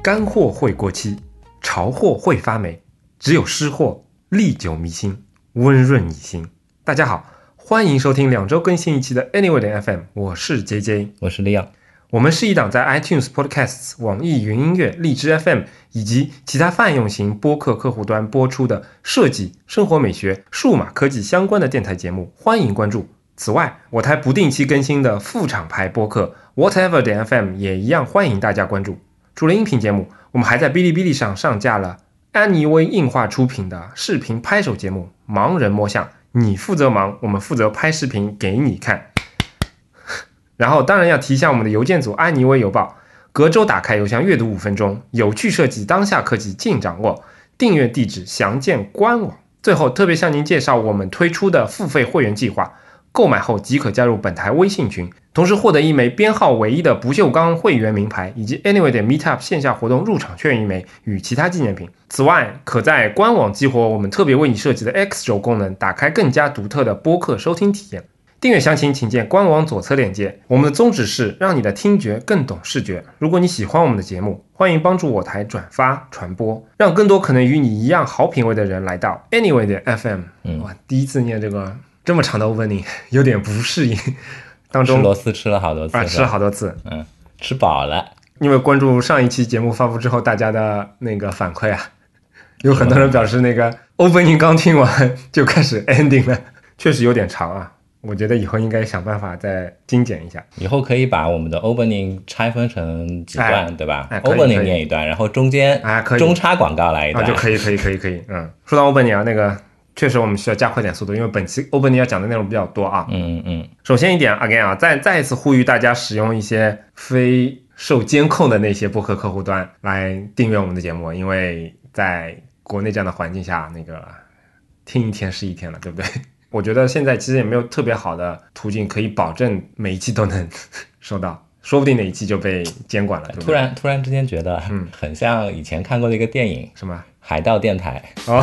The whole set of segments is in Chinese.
干货会过期，潮货会发霉，只有湿货历久弥新，温润你心。大家好，欢迎收听2周更新一期的 Anyway 的 FM， 我是 JJ， 我是 Leon。 我们是一档在 iTunes Podcasts、网易云音乐、荔枝 FM 以及其他泛用型播客客户端播出的设计、生活美学、数码科技相关的电台节目，欢迎关注。此外，我台不定期更新的副厂牌播客 Whatever 点 FM 也一样欢迎大家关注。除了音频节目，我们还在哔哩哔哩上上架了安妮微映画出品的视频拍手节目《盲人摸象》，你负责忙，我们负责拍视频给你看。然后当然要提一下我们的邮件组安妮微邮报，隔周打开邮箱阅读5分钟，有趣设计，当下科技尽掌握。订阅地址详见官网。最后特别向您介绍我们推出的付费会员计划，购买后即可加入本台微信群，同时获得一枚编号唯一的不锈钢会员名牌，以及 Anyway 的 Meetup 线下活动入场券1枚与其他纪念品。此外，可在官网激活我们特别为你设计的 X 轴功能，打开更加独特的播客收听体验。订阅详情请见官网左侧链接。我们的宗旨是让你的听觉更懂视觉。如果你喜欢我们的节目，欢迎帮助我台转发传播，让更多可能与你一样好品味的人来到 Anyway 的 FM。哇，第一次念这个这么长的 opening， 有点不适应。当中吃螺丝吃了好多次， 吃了好多次， 吃饱了。 因为关注上一期节目发布之后，大家的那个反馈啊，有很多人表示那个 opening 刚听完就开始 ending 了，确实有点长啊。我觉得以后应该想办法再精简一下。 以后可以把我们的 opening 拆分成几段，对吧 ？opening 念一段，然后中间中插广告来一段， 就可以。说到 opening 啊，那个确实我们需要加快点速度，因为本期 opening 要讲的内容比较多啊。首先一点 again 啊，再一次呼吁大家使用一些非受监控的那些播客客户端来订阅我们的节目，因为在国内这样的环境下，那个听一天是一天了，对不对？我觉得现在其实也没有特别好的途径可以保证每一期都能收到，说不定哪一期就被监管了。对不对？ 突然之间觉得，很像以前看过的一个电影， 什么海盗电台哦，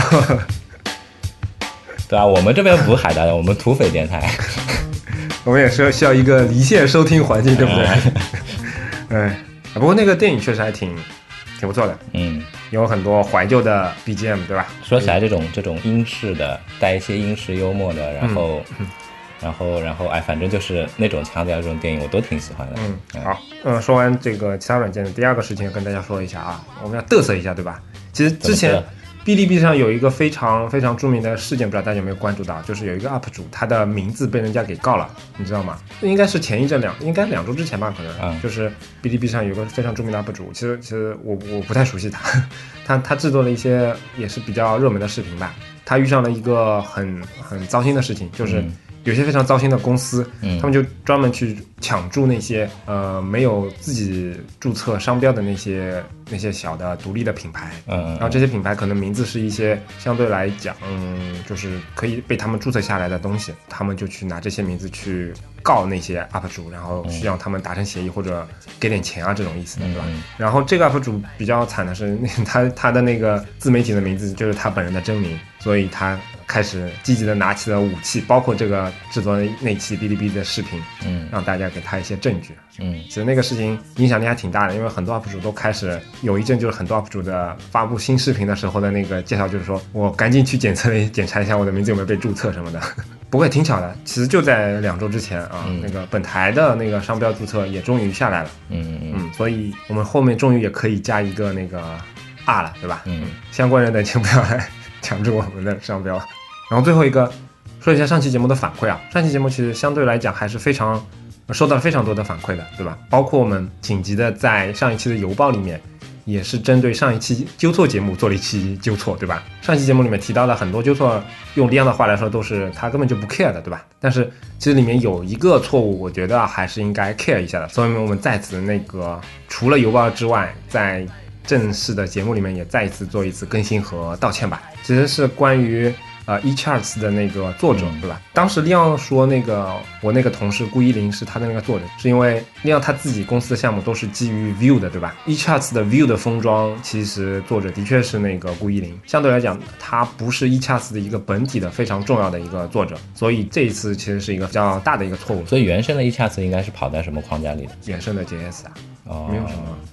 对啊，我们这边不是海盗的，我们土匪电台， 我们也是需要一个离线收听环境，对不对？不过那个电影确实还挺不错的，有很多怀旧的 BGM， 对吧？ 说起来这种英式的，带一些英式幽默的，然后反正就是那种腔调，这种电影我都挺喜欢的。 好，说完这个其他软件的第二个事情，跟大家说一下啊，我们要嘚瑟一下，对吧？其实之前哔哩哔哩上有一个非常非常著名的事件，不知道大家有没有关注到，就是有一个 UP 主，他的名字被人家给告了，你知道吗？应该是前一阵应该2周之前吧，可能，就是哔哩哔哩上有个非常著名的 UP 主，其实我不太熟悉他制作了一些也是比较热门的视频吧，他遇上了一个很糟心的事情，就是有些非常糟心的公司，他们就专门去抢注那些没有自己注册商标的那些小的独立的品牌，然后这些品牌可能名字是一些相对来讲就是可以被他们注册下来的东西，他们就去拿这些名字去告那些 UP 主，然后需要他们达成协议或者给点钱啊这种意思的，对吧？然后这个 UP 主比较惨的是他的那个自媒体的名字就是他本人的真名，所以他开始积极的拿起了武器，包括这个制作那期哔哩哔哩的视频，让大家给他一些证据。其实那个事情影响力还挺大的，因为很多 UP 主都开始有一阵，就是很多 UP 主的发布新视频的时候的那个介绍，就是说我赶紧去检查一下我的名字有没有被注册什么的。不过也挺巧的，其实就在2周之前啊，那个本台的那个商标注册也终于下来了。所以我们后面终于也可以加一个那个 R 了，对吧？相关人等请不要来抢注我们的商标。然后最后一个说一下上期节目的反馈啊，上期节目其实相对来讲还是收到了非常多的反馈的，对吧？包括我们紧急的在上一期的邮报里面，也是针对上一期纠错节目做了一期纠错，对吧？上期节目里面提到了很多纠错，用Leon的话来说都是他根本就不 care 的，对吧？但是其实里面有一个错误，我觉得还是应该 care 一下的，所以我们在此那个除了邮报之外，在正式的节目里面也再一次做一次更新和道歉吧。其实是关于eCharts 的那个作者，对吧？当时Leon说我那个同事顾一林是他的那个作者，是因为Leon他自己公司的项目都是基于 Vue 的，对吧？ eCharts 的 Vue 的封装其实作者的确是那个顾一林，相对来讲他不是 eCharts 的一个本体的非常重要的一个作者，所以这一次其实是一个比较大的一个错误。 所以原生的eCharts应该是跑在什么框架里的？ 原生的 JS 啊，没有什么。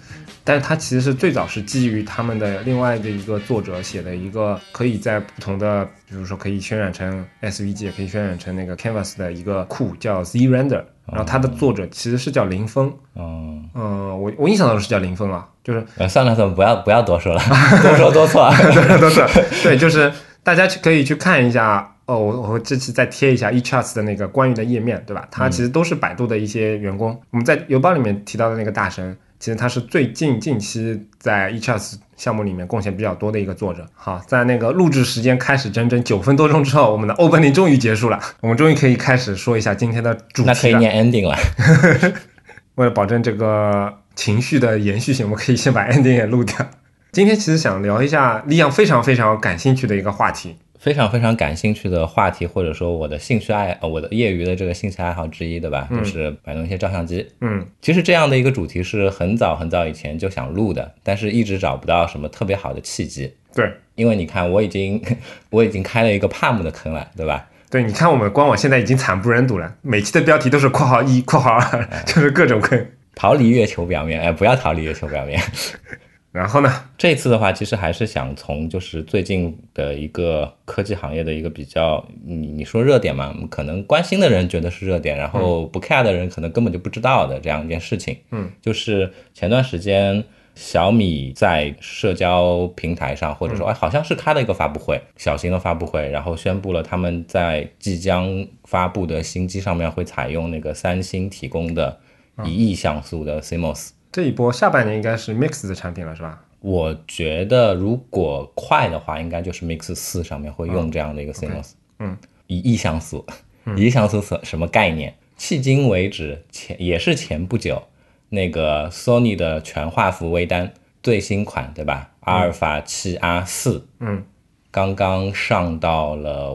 但是它其实是最早是基于他们的另外的一个作者写的一个可以在不同的，比如说可以渲染成 SVG， 也可以渲染成那个 Canvas 的一个库叫 Z-Render， 然后它的作者其实是叫林峰。我印象当中是叫林峰啊，就是算了，不要多说了，多说多错， 多错。对，就是大家可以去看一下。我这次再贴一下 eCharts 的那个关于的页面，对吧？它其实都是百度的一些员工。我们在邮报里面提到的那个大神，其实他是近期在 eCharts 项目里面贡献比较多的一个作者。好，在那个录制时间开始整整9分多钟之后，我们的 opening 终于结束了，我们终于可以开始说一下今天的主题了。 那可以念 ending 了。 为了保证这个情绪的延续性，我们可以先把 ending 也录掉。今天其实想聊一下李阳非常非常感兴趣的一个话题。 非常非常感兴趣的话题，或者说我的我的业余的这个兴趣爱好之一，对吧？就是摆弄一些照相机。其实这样的一个主题是很早很早以前就想录的，但是一直找不到什么特别好的契机。 对， 因为你看我已经开了一个 Palm 的坑了，对吧？ 对，你看我们官网现在已经惨不忍睹了，每期的标题都是(1)(2)，就是各种坑。 逃离月球表面，不要逃离月球表面。 然后呢， 这次的话其实还是想从就是最近的一个科技行业的一个比较，你说热点嘛，可能关心的人觉得是热点，然后不 care 的人可能根本就不知道的这样一件事情。就是前段时间小米在社交平台上，或者说好像是开了一个发布会，小型的发布会，然后宣布了他们在即将发布的新机上面会采用那个三星提供的1亿像素的 CMOS。 这一波下半年应该是 Mix 的产品了，是吧？ 我觉得如果快的话，应该就是 Mix 4上面会用这样的一个 CMOS。1亿像素，1亿像素什么概念？迄今为止也是前不久那个 Sony 的全画幅微单最新款，对吧？阿尔法7R4，刚刚上到了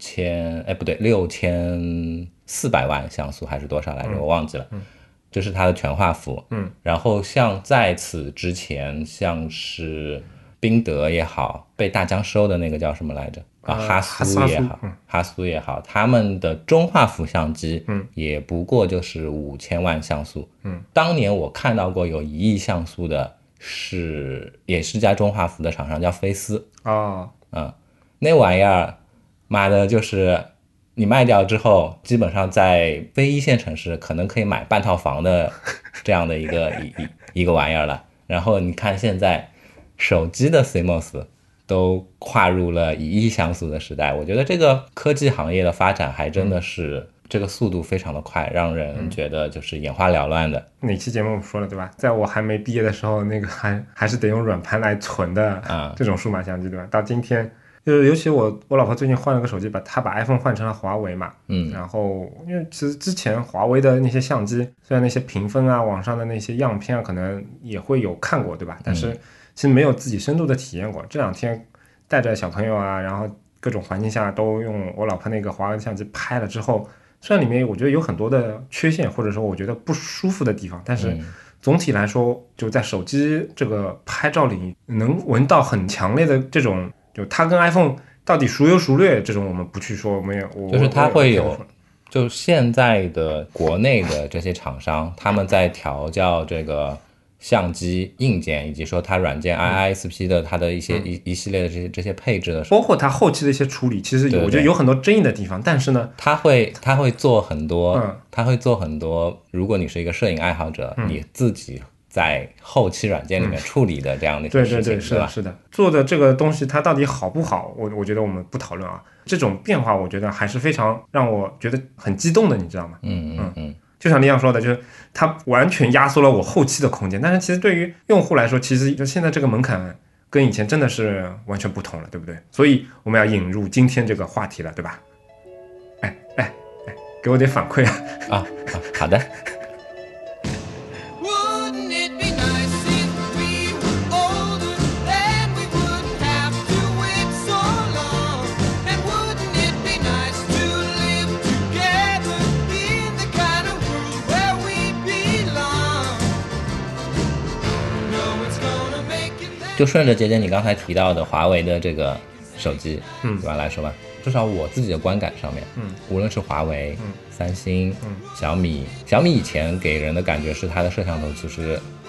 6400万像素还是多少来着？我忘记了。这是它的全画幅。然后像在此之前，像是宾得也好，被大疆收的那个叫什么来着？哈苏也好，他们的中画幅相机，也不过就是5000万像素。当年我看到过有1亿像素的也是家中画幅的厂商叫飞思。那玩意儿，妈的，就是你卖掉之后，基本上在非一线城市可能可以买半套房的这样的一个玩意儿了。然后你看现在手机的 CMOS 都跨入了1亿像素的时代，我觉得这个科技行业的发展还真的是这个速度非常的快，让人觉得就是眼花缭乱的。 哪期节目我们说了对吧？在我还没毕业的时候，那个还是得用软盘来存的这种数码相机，对吧？到今天。就是尤其我老婆最近换了个手机，她把 iPhone 换成了华为嘛，然后因为其实之前华为的那些相机，虽然那些评分啊、网上的那些样片啊，可能也会有看过，对吧？但是其实没有自己深度的体验过。这2天带着小朋友啊，然后各种环境下都用我老婆那个华为的相机拍了之后，虽然里面我觉得有很多的缺陷，或者说我觉得不舒服的地方，但是总体来说，就在手机这个拍照里能闻到很强烈的这种。就它跟 iPhone 到底孰优孰劣，这种我们不去说， 就是它会有，就现在的国内的这些厂商，他们在调教这个相机硬件，以及说它软件 IISP 的它的一些一系列的这些配置的时候， 包括它后期的一些处理，其实我觉得有很多争议的地方，但是呢， 它会做很多，如果你是一个摄影爱好者，你自己在后期软件里面处理的这样的一些事情， 对，是的，做的这个东西它到底好不好，我觉得我们不讨论啊。这种变化，我觉得还是非常让我觉得很激动的，你知道吗？就像李阳说的，就是它完全压缩了我后期的空间，但是其实对于用户来说，其实就现在这个门槛跟以前真的是完全不同了，对不对？所以我们要引入今天这个话题了，对吧？哎，给我点反馈啊！ 好的。就顺着姐姐你刚才提到的华为的这个手机，对吧来说吧，至少我自己的观感上面，无论是华为、三星、小米以前给人的感觉是它的摄像头其实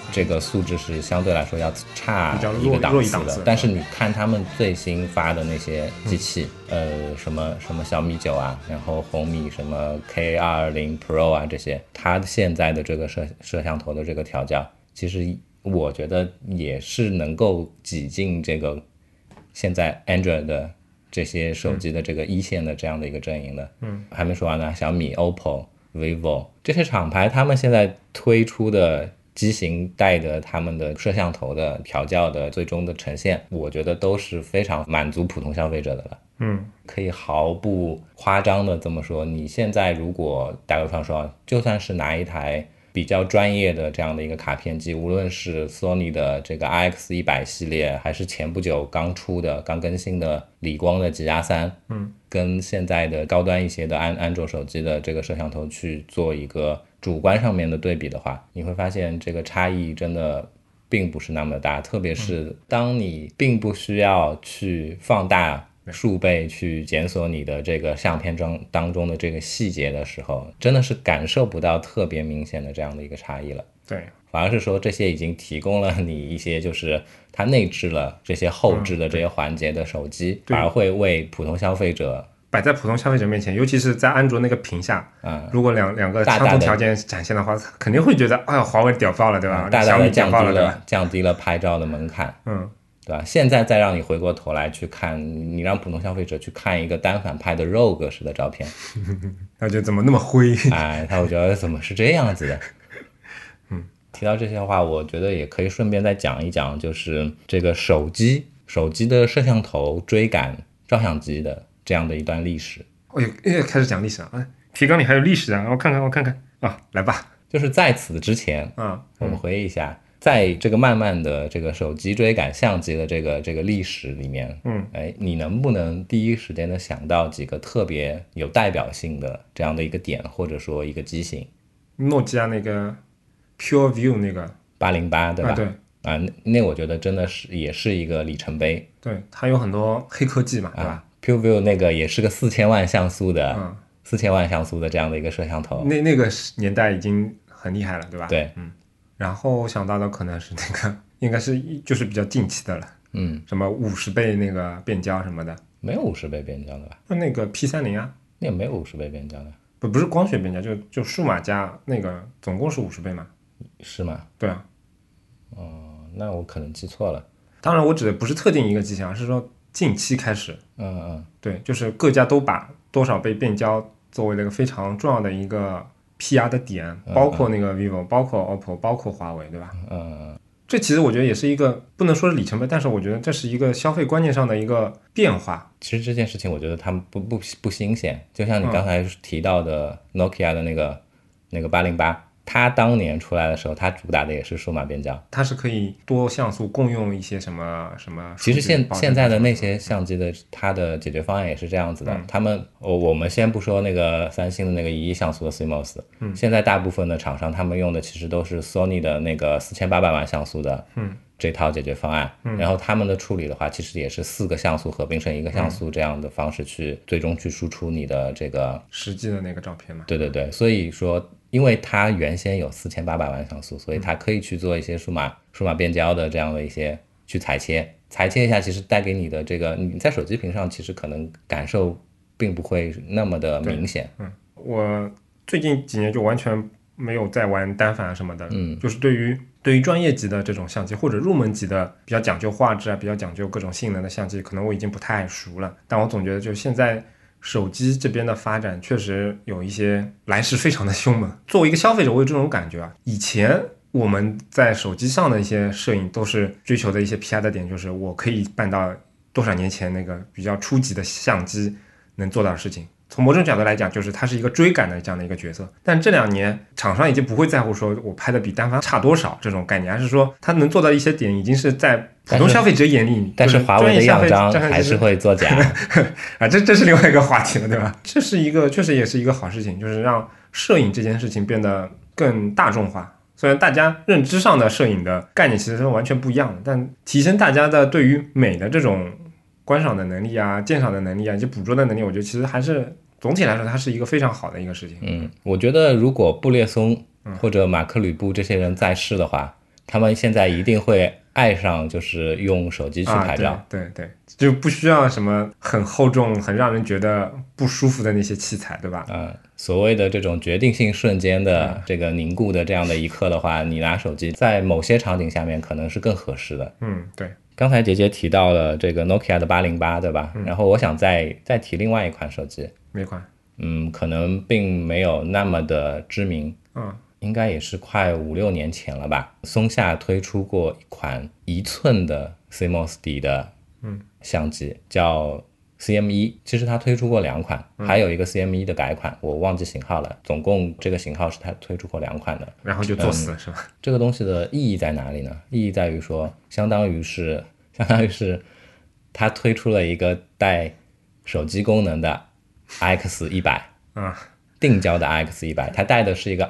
这个素质是相对来说要差一个档次的。但是你看他们最新发的那些机器，什么小米9啊，然后红米什么 K220 Pro 啊这些，它现在的这个摄像头的这个调教，其实我觉得也是能够挤进这个现在 Android 的这些手机的这个一线的这样的一个阵营的。还没说完呢，小米、OPPO、vivo 这些厂牌，他们现在推出的机型带的他们的摄像头的调教的最终的呈现，我觉得都是非常满足普通消费者的了。可以毫不夸张的这么说，你现在如果打个方说，就算是拿一台比较专业的这样的一个卡片机，无论是 Sony 的这个 RX100 系列，还是前不久刚更新的理光的极压3，跟现在的高端一些的安卓手机的这个摄像头去做一个主观上面的对比的话，你会发现这个差异真的并不是那么大，特别是当你并不需要去放大数倍去检索你的这个相片当中的这个细节的时候，真的是感受不到特别明显的这样的一个差异了。 对， 反而是说这些已经提供了你一些就是它内置了这些后置的这些环节的手机，反而会为普通消费者摆在普通消费者面前，尤其是在安卓那个屏下，如果两个相同条件展现的话，肯定会觉得哎呀，华为屌爆了，对吧？ 大大的降低了拍照的门槛。对吧？现在再让你回过头来去看，你让普通消费者去看一个单反拍的 RAW 格式的照片， 他觉得怎么那么灰？ 他会觉得怎么是这样子的？提到这些话，我觉得也可以顺便再讲一讲，就是这个手机的摄像头追赶照相机的这样的一段历史。 开始讲历史了，提纲里还有历史啊！我看看啊，来吧。 就是在此之前，我们回忆一下。在这个慢慢的这个手机追赶相机的这个历史里面，你能不能第一时间的想到几个特别有代表性的这样的一个点，或者说一个机型？ 诺基亚那个 PureView 那个 808，对吧？ 对那我觉得真的是也是一个里程碑。 对，它有很多黑科技嘛，对吧 ？PureView 那个也是个4000万像素的，4000万像素的这样的一个摄像头， 那个年代已经很厉害了，对吧？ 对， 然后想到的可能是那个，应该是就是比较近期的了，什么50倍那个变焦什么的， 没有50倍变焦的吧？ 那个 P30啊， 那个没有50倍变焦的， 不是光学变焦，就数码加那个总共是50倍嘛？ 是吗？ 对啊。 那我可能记错了。 当然，我指的不是特定一个机型，而是说近期开始，对，就是各家都把多少倍变焦作为了一个非常重要的一个PR 的点，包括那个 vivo，包括 OPPO，包括华为，对吧？这其实我觉得也是一个不能说是里程碑，但是我觉得这是一个消费观念上的一个变化。 其实这件事情我觉得他们不新鲜，就像你刚才提到的 Nokia 的那个808，它当年出来的时候，它主打的也是数码变焦， 它是可以多像素共用一些什么。 其实现在的那些相机的它的解决方案也是这样子的。我们先不说那个三星的那个1亿像素的 CMOS，现在大部分的厂商他们用的其实都是 Sony 的那个4800万像素的这套解决方案，然后他们的处理的话，其实也是4个像素合并成1个像素这样的方式去最终去输出你的这个实际的那个照片嘛。 对，所以说。因为它原先有4800万像素，所以它可以去做一些数码变焦的这样的一些去裁切一下，其实带给你的这个你在手机屏上其实可能感受并不会那么的明显。 我最近几年就完全没有在玩单反什么的，就是对于专业级的这种相机或者入门级的比较讲究画质啊、比较讲究各种性能的相机，可能我已经不太熟了。但我总觉得就现在手机这边的发展确实有一些来势非常的凶猛。作为一个消费者，我有这种感觉啊。以前我们在手机上的一些摄影都是追求的一些 PR 的点，就是我可以办到多少年前那个比较初级的相机能做到的事情。从某种角度来讲，就是它是一个追赶的这样的一个角色。但这2年厂商已经不会在乎说我拍的比单反差多少这种概念，而是说它能做到一些点已经是在普通消费者眼里， 但是华为的样张还是会作假啊，这是另外一个话题了，对吧？这是一个确实也是一个好事情，就是让摄影这件事情变得更大众化。虽然大家认知上的摄影的概念其实是完全不一样的，但提升大家的对于美的这种观赏的能力啊、鉴赏的能力啊以及捕捉的能力，我觉得其实还是总体来说它是一个非常好的一个事情。 我觉得如果布列松或者马克吕布这些人在世的话， 他们现在一定会爱上就是用手机去拍照。 对，就不需要什么很厚重很让人觉得不舒服的那些器材，对吧？ 所谓的这种决定性瞬间的这个凝固的这样的一刻的话，你拿手机在某些场景下面可能是更合适的。 对。 刚才杰杰提到了这个 Nokia 的808，对吧？然后我想再提另外一款手机， 哪款？ 可能并没有那么的知名，应该也是快5-6年前了吧。松下推出过一款1寸的 CMOS 底的相机，叫 CM1，其实它推出过2款，还有一个 CM1 的改款，我忘记型号了。总共这个型号是它推出过2款的， 然后就作死了，是吧？ 这个东西的意义在哪里呢？意义在于说，相当于是它推出了一个带手机功能的 RX100，定焦的 RX100，它带的是一个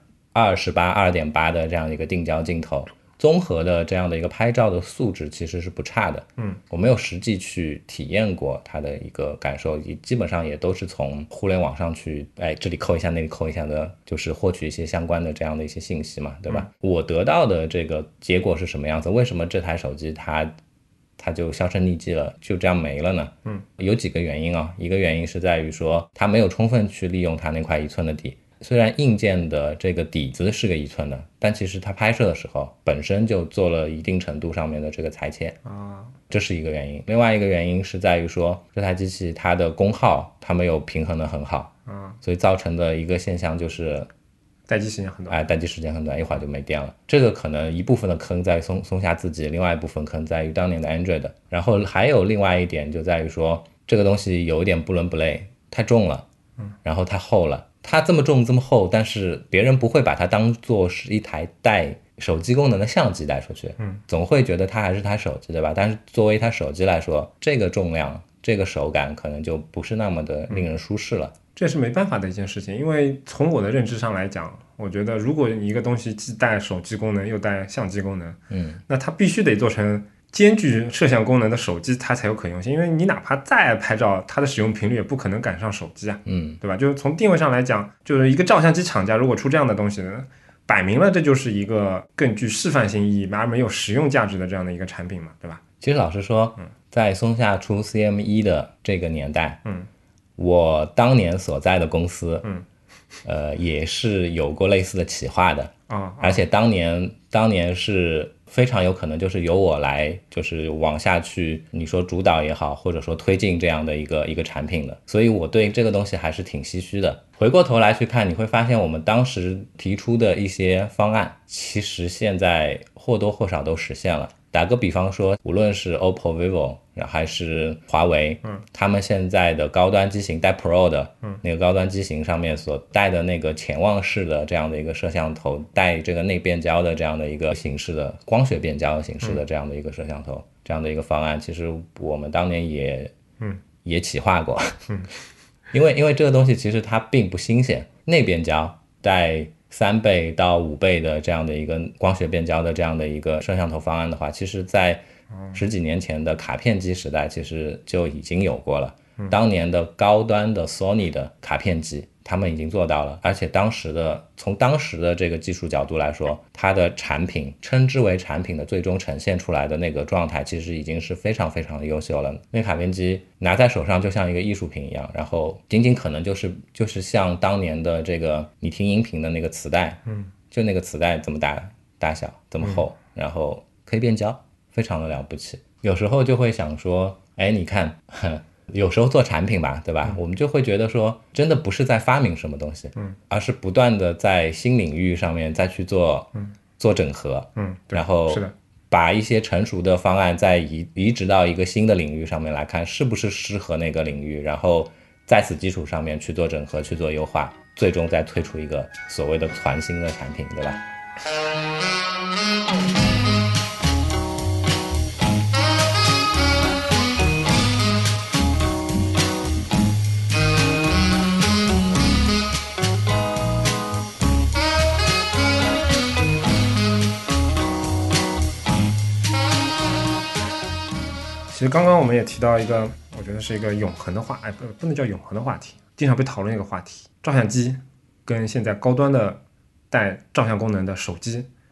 2.8的这样一个定焦镜头。综合的这样的一个拍照的素质其实是不差的，我没有实际去体验过它的一个感受，基本上也都是从互联网上去，这里扣一下那里扣一下的，就是获取一些相关的这样的一些信息嘛，对吧？我得到的这个结果是什么样子？为什么这台手机它就销声匿迹了，就这样没了呢？有几个原因啊，一个原因是在于说它没有充分去利用它那块1寸的底。虽然硬件的这个底子是个1寸的，但其实它拍摄的时候本身就做了一定程度上面的这个裁切这是一个原因。另外一个原因是在于说这台机器它的功耗它没有平衡的很好所以造成的一个现象就是待机时间很短， 待机时间很短，一会儿就没电了。这个可能一部分的坑在于松下自己，另外一部分坑在于当年的 Android。然后还有另外一点就在于说这个东西有一点不伦不类，太重了，然后太厚了。它这么重这么厚，但是别人不会把它当做是一台带手机功能的相机带出去，总会觉得它还是台手机，对吧？但是作为一台手机来说，这个重量这个手感可能就不是那么的令人舒适了。 这是没办法的一件事情，因为从我的认知上来讲，我觉得如果一个东西既带手机功能又带相机功能，那它必须得做成兼具摄像功能的手机，它才有可用性。因为你哪怕再爱拍照，它的使用频率也不可能赶上手机啊，对吧？就是从定位上来讲，就是一个照相机厂家如果出这样的东西呢，摆明了这就是一个更具示范性意义而没有实用价值的这样的一个产品嘛，对吧？ 其实老实说，在松下出 CM1 的这个年代，我当年所在的公司，也是有过类似的企划的而且当年是非常有可能就是由我来就是往下去你说主导也好，或者说推进这样的一个产品的，所以我对这个东西还是挺唏嘘的。回过头来去看，你会发现我们当时提出的一些方案其实现在或多或少都实现了。打个比方说，无论是 OPPO、vivo 还是华为，他们现在的高端机型带 Pro 的那个高端机型上面所带的那个潜望式的这样的一个摄像头，带这个内变焦的这样的一个形式的光学变焦形式的这样的一个摄像头，这样的一个方案，其实我们当年也企划过，因为这个东西其实它并不新鲜，内变焦带3倍到5倍的这样的一个光学变焦的这样的一个摄像头方案的话，其实在10几年前的卡片机时代其实就已经有过了。当年的高端的 Sony 的卡片机他们已经做到了，而且从当时的这个技术角度来说，它的产品称之为产品的最终呈现出来的那个状态其实已经是非常非常的优秀了。那卡片机拿在手上就像一个艺术品一样，然后仅仅可能就是像当年的这个你听音频的那个磁带，就那个磁带这么大小这么厚，然后可以变焦，非常的了不起。有时候就会想说，你看有时候做产品吧，对吧？我们就会觉得说真的不是在发明什么东西，而是不断的在新领域上面再去做整合，然后把一些成熟的方案再移植到一个新的领域上面来看是不是适合那个领域，然后在此基础上面去做整合，去做优化，最终再推出一个所谓的全新的产品，对吧？ 其实刚刚我们也提到一个，我觉得是一个永恒的不能叫永恒的话题，经常被讨论一个话题，照相机跟现在高端的带照相功能的手机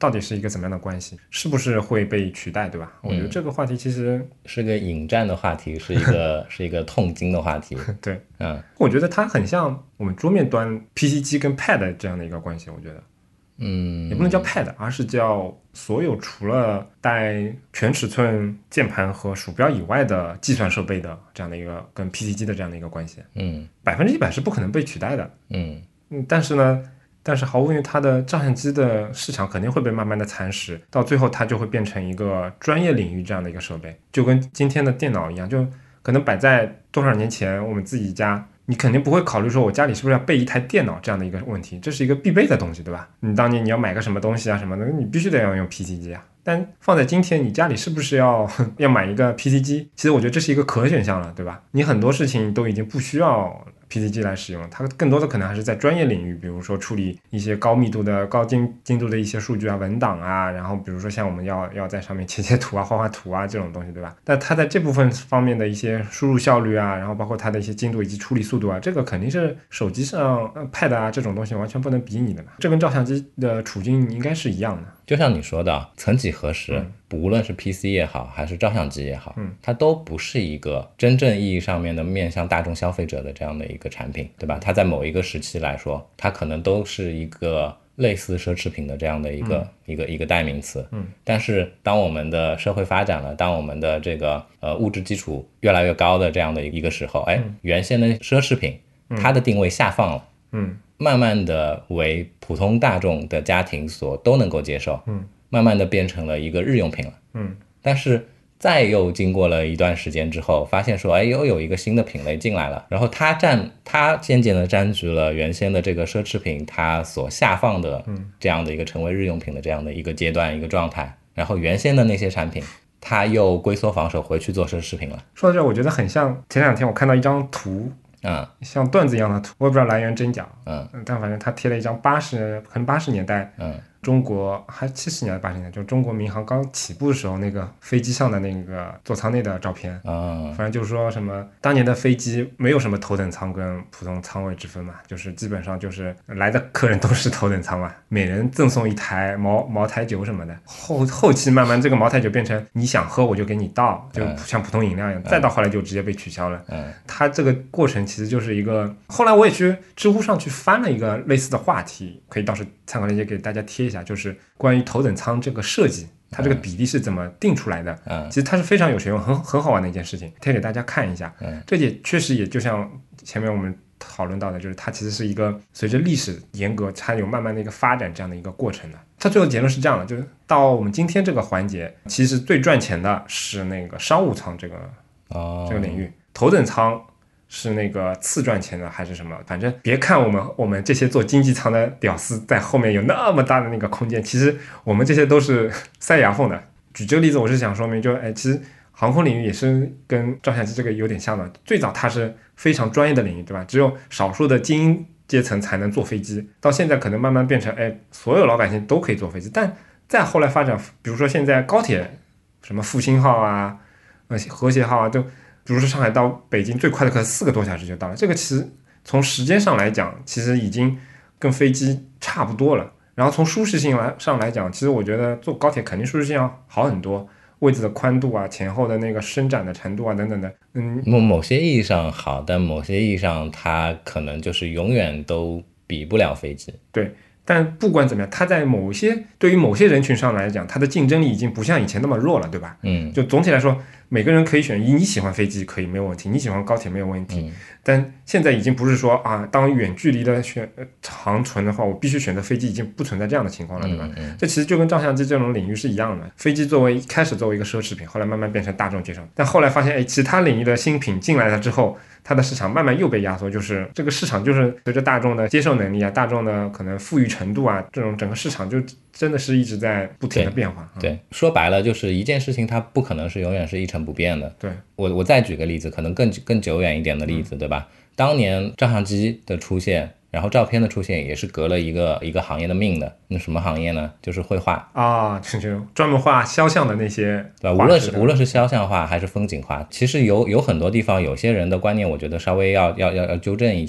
到底是一个怎么样的关系，是不是会被取代，对吧？我觉得这个话题其实是个引战的话题，是一个是一个痛经的话题。 对，我觉得它很像我们桌面端 PC 机跟 Pad 这样的一个关系，我觉得。也不能叫 Pad， 而是叫所有除了带全尺寸键盘和鼠标以外的计算设备的这样的一个跟 PC 机的这样的一个关系。100%是不可能被取代的。但是毫无疑问，它的照相机的市场肯定会被慢慢的蚕食，到最后它就会变成一个专业领域这样的一个设备，就跟今天的电脑一样，就可能摆在多少年前我们自己家。你肯定不会考虑说我家里是不是要备一台电脑这样的一个问题，这是一个必备的东西，对吧？你当年你要买个什么东西啊什么的，你必须得要用 PC 机啊。但放在今天，你家里是不是要买一个 PC 机？其实我觉得这是一个可选项了，对吧？你很多事情都已经不需要 PC 机来使用，它更多的可能还是在专业领域，比如说处理一些高密度的、高精度的一些数据啊、文档啊，然后比如说像我们要在上面切图啊、画图啊这种东西，对吧？但它在这部分方面的一些输入效率啊，然后包括它的一些精度以及处理速度啊，这个肯定是手机上Pad 啊这种东西完全不能比拟的嘛。这跟照相机的处境应该是一样的。 就像你说的，曾几何时，无论是 PC 也好，还是照相机也好，它都不是一个真正意义上面的面向大众消费者的这样的一个产品，对吧？它在某一个时期来说，它可能都是一个类似奢侈品的这样的一个代名词。但是当我们的社会发展了，当我们的这个物质基础越来越高的这样的一个时候，原先的奢侈品它的定位下放了。慢慢的为普通大众的家庭所都能够接受，慢慢的变成了一个日用品了，但是再又经过了一段时间之后，发现说，又有一个新的品类进来了，然后它渐渐的占据了原先的这个奢侈品它所下放的这样的一个成为日用品的这样的一个阶段一个状态，然后原先的那些产品它又龟缩防守回去做奢侈品了。 说到这，我觉得很像前2天我看到一张图。像段子一样的图，我也不知道来源真假。但反正他贴了一张可能80年代，中国还70年代80年代，就中国民航刚起步的时候那个飞机上的那个座舱内的照片。反正就是说什么当年的飞机没有什么头等舱跟普通舱位之分嘛，就是基本上就是来的客人都是头等舱嘛，每人赠送一台茅台酒什么的。后期慢慢这个茅台酒变成你想喝我就给你倒，就像普通饮料一样，再到后来就直接被取消了。它这个过程其实就是一个，后来我也去知乎上去翻了一个类似的话题，可以到时参考链接给大家贴一下，就是关于头等舱这个设计，它这个比例是怎么定出来的。其实它是非常有学问，很好玩的一件事情，贴给大家看一下。这也确实也就像前面我们讨论到的，就是它其实是一个随着历史严格，它有慢慢的一个发展这样的一个过程的。它最后结论是这样的，就是到我们今天这个环节，其实最赚钱的是那个商务舱这个领域，头等舱是那个次赚钱的还是什么？反正别看我们这些做经济舱的屌丝在后面有那么大的那个空间，其实我们这些都是塞牙缝的。举这个例子，我是想说明，其实航空领域也是跟照相机这个有点像的。最早它是非常专业的领域，对吧？只有少数的精英阶层才能坐飞机，到现在可能慢慢变成，所有老百姓都可以坐飞机。但再后来发展，比如说现在高铁，什么复兴号啊、和谐号啊，就比如说上海到北京最快的可能4个多小时就到了，这个其实从时间上来讲，其实已经跟飞机差不多了。然后从舒适性上来讲，其实我觉得坐高铁肯定舒适性要好很多，位置的宽度啊、前后的那个伸展的程度啊等等的。 某些意义上好，但某些意义上它可能就是永远都比不了飞机。 对。但不管怎么样，它在对于某些人群上来讲，它的竞争力已经不像以前那么弱了，对吧？就总体来说，每个人可以选你喜欢飞机可以没有问题，你喜欢高铁没有问题。但现在已经不是说当远距离的长程的话，我必须选择飞机，已经不存在这样的情况了，对吧？这其实就跟照相机这种领域是一样的，飞机开始作为一个奢侈品，后来慢慢变成大众接受，但后来发现其他领域的新品进来了之后，它的市场慢慢又被压缩，就是这个市场就是随着大众的接受能力啊，大众的可能富裕程度啊，这种整个市场就真的是一直在不停的变化。 对，说白了就是一件事情它不可能是永远是一成不变的。 对， 我再举个例子，可能更久远一点的例子，对吧？当年照相机的出现，然后照片的出现也是革了一个行业的命的。那什么行业呢？就是绘画就专门画肖像的那些， 对吧？无论是肖像画还是风景画，其实有很多地方有些人的观念，我觉得稍微要纠正一下。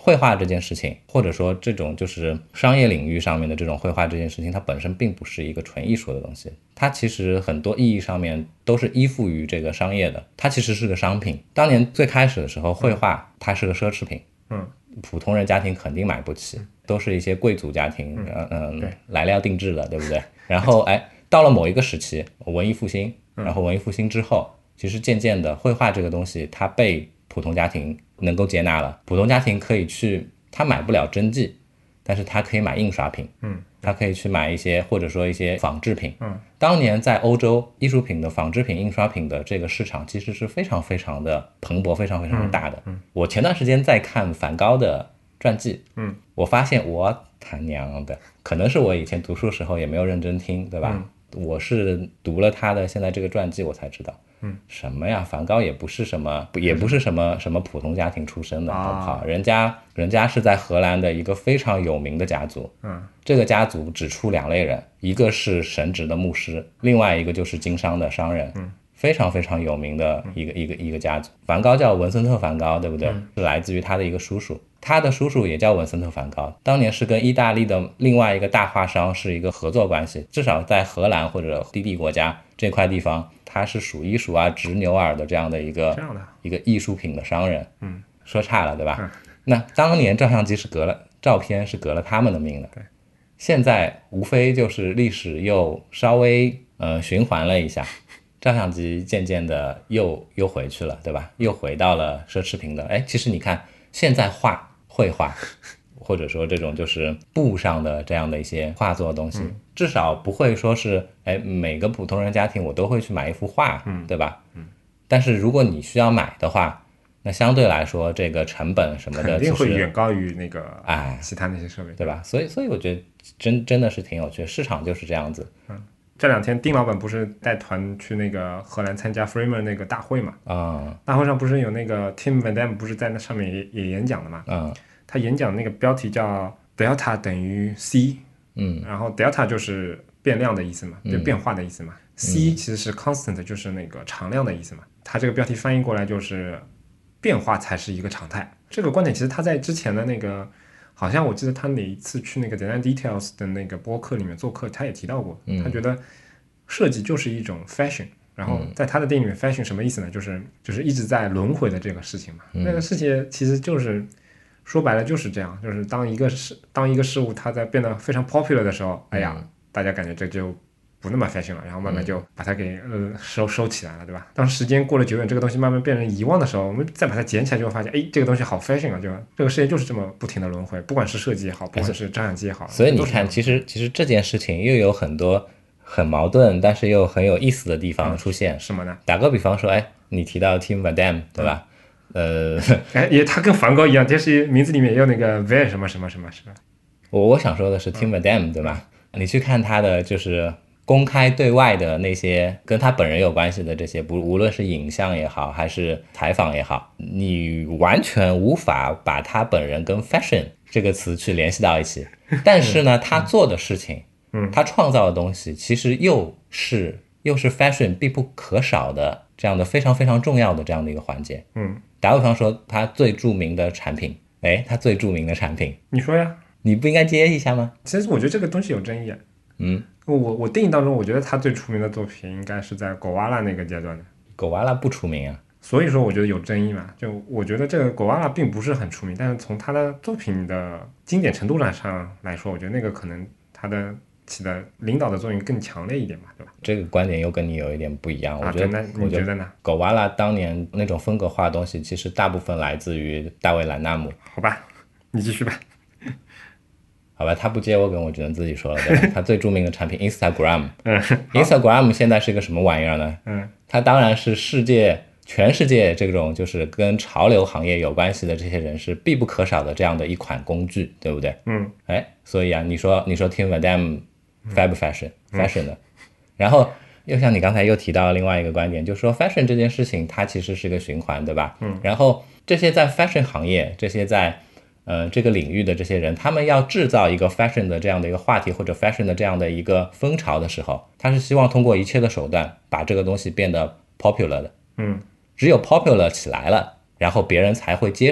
绘画这件事情，或者说这种就是商业领域上面的这种绘画这件事情，它本身并不是一个纯艺术的东西，它其实很多意义上面都是依附于这个商业的，它其实是个商品。当年最开始的时候，绘画它是个奢侈品，普通人家庭肯定买不起，都是一些贵族家庭，来料定制的，对不对？然后到了某一个时期，文艺复兴，然后文艺复兴之后，其实渐渐的绘画这个东西它被普通家庭能够接纳了，普通家庭可以去，他买不了真迹，但是他可以买印刷品，他可以去买一些或者说一些仿制品，当年在欧洲艺术品的仿制品印刷品的这个市场其实是非常非常的蓬勃，非常非常的大的。我前段时间在看梵高的传记，我发现我他娘的，可能是我以前读书时候也没有认真听，对吧？我是读了他的现在这个传记我才知道，什么呀，梵高也不是什么普通家庭出身的，好不好？人家是在荷兰的一个非常有名的家族，这个家族只出2类人，一个是神职的牧师，另外一个就是经商的商人，非常非常有名的一个家族。梵高叫文森特梵高，对不对？是来自于他的一个叔叔，他的叔叔也叫文森特梵高，当年是跟意大利的另外一个大画商是一个合作关系，至少在荷兰或者低地国家这块地方，他是数一数二执牛耳的这样的一个艺术品的商人。说差了，对吧？那当年照相机是照片是革了他们的命的， 对， 现在无非就是历史又稍微循环了一下，照相机渐渐的又回去了，对吧？又回到了奢侈品的。其实你看现在绘画或者说这种就是布上的这样的一些画作的东西，至少不会说是每个普通人家庭我都会去买一幅画，对吧？但是如果你需要买的话，那相对来说这个成本什么的肯定会远高于那个其他那些设备， 对吧？所以我觉得真的是挺有趣，市场就是这样子。 这2天丁老板不是带团去那个荷兰参加 Framer 那个大会嘛？大会上不是有那个 Tim Van Dam 不是在那上面也演讲的嘛？他演讲那个标题叫 Delta 等于 C，然后 Delta 就是变量的意思嘛，就变化的意思嘛。C 其实是 constant， 就是那个常量的意思嘛。他这个标题翻译过来就是变化才是一个常态。这个观点其实他在之前的那个，好像我记得他哪一次去那个 Design Details 的那个播客里面做客，他也提到过，他觉得设计就是一种 fashion， 然后在他的定义里面 fashion 什么意思呢？就是一直在轮回的这个事情嘛。那个事情其实就是说白了就是这样，就是当一个事物它在变得非常 popular 的时候，大家感觉这就不那么 fashion 了，然后慢慢就把它给收起来了，对吧？当时间过了久远，这个东西慢慢变成遗忘的时候，我们再把它捡起来，就会发现，这个东西好 fashion 啊！就这个世界就是这么不停的轮回，不管是设计也好，不管是照相机也好。 所以你看，其实这件事情又有很多很矛盾，但是又很有意思的地方出现。 什么呢？ 打个比方说，你提到 Tim Van Dam， 对吧？ 他跟梵高一样，就是名字里面也有那个 Van 什么什么什么，是吧？ 我想说的是 Tim Van Dam， 对吧？你去看他的就是公开对外的那些跟他本人有关系的这些，无论是影像也好，还是采访也好，你完全无法把他本人跟 fashion 这个词去联系到一起。但是呢，他做的事情，他创造的东西，其实又是 fashion 必不可少的这样的非常非常重要的这样的一个环节。打个比方说，他最著名的产品， 你说呀？ 你不应该接一下吗？ 其实我觉得这个东西有争议啊。我定义当中，我觉得他最出名的作品应该是在狗哇拉那个阶段的。 狗哇拉不出名啊， 所以说我觉得有争议嘛。就我觉得这个狗哇拉并不是很出名，但是从他的作品的经典程度上来说，我觉得那个可能他的起的领导的作用更强烈一点嘛，对吧？ 这个观点又跟你有一点不一样。我觉得你觉得呢？ 狗哇拉当年那种风格化的东西，其实大部分来自于大卫兰纳姆。 好吧，你继续吧。 好吧，他不接我梗，我只能自己说了，对吧？他最著名的产品 Instagram，Instagram 现在是一个什么玩意儿呢？它当然是全世界这种就是跟潮流行业有关系的这些人是必不可少的这样的一款工具，对不对？所以啊，你说 Tim Van Dam Fab Fashion 的，然后又像你刚才又提到另外一个观点，就是说 fashion 这件事情它其实是个循环，对吧？然后这些在 fashion 行业，这些在这个领域的这些人，他们要制造一个 fashion 的这样的一个话题或者 fashion 的这样的一个风潮的时候，他是希望通过一切的手段把这个东西变得 popular 的。只有 popular 起来了，然后别人才会接受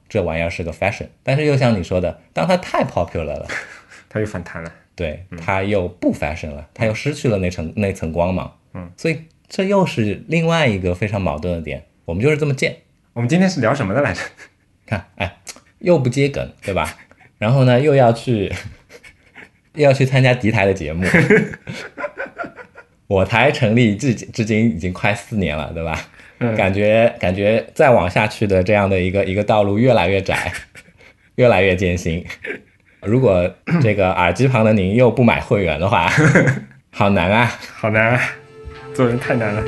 这玩意儿是个 fashion， 但是又像你说的，当它太 popular 了， 它又反弹了， 对，它又不 fashion 了，它又失去了那层光芒，所以这又是另外一个非常矛盾的点。我们就是这么贱。 我们今天是聊什么的来着？ 看，哎，又不接梗，对吧？然后呢，又要去参加敌台的节目。我台成立至今已经快4年了，对吧？感觉再往下去的这样的一个道路越来越窄，越来越艰辛。如果这个耳机旁的您又不买会员的话，好难啊， 好难啊，做人太难了。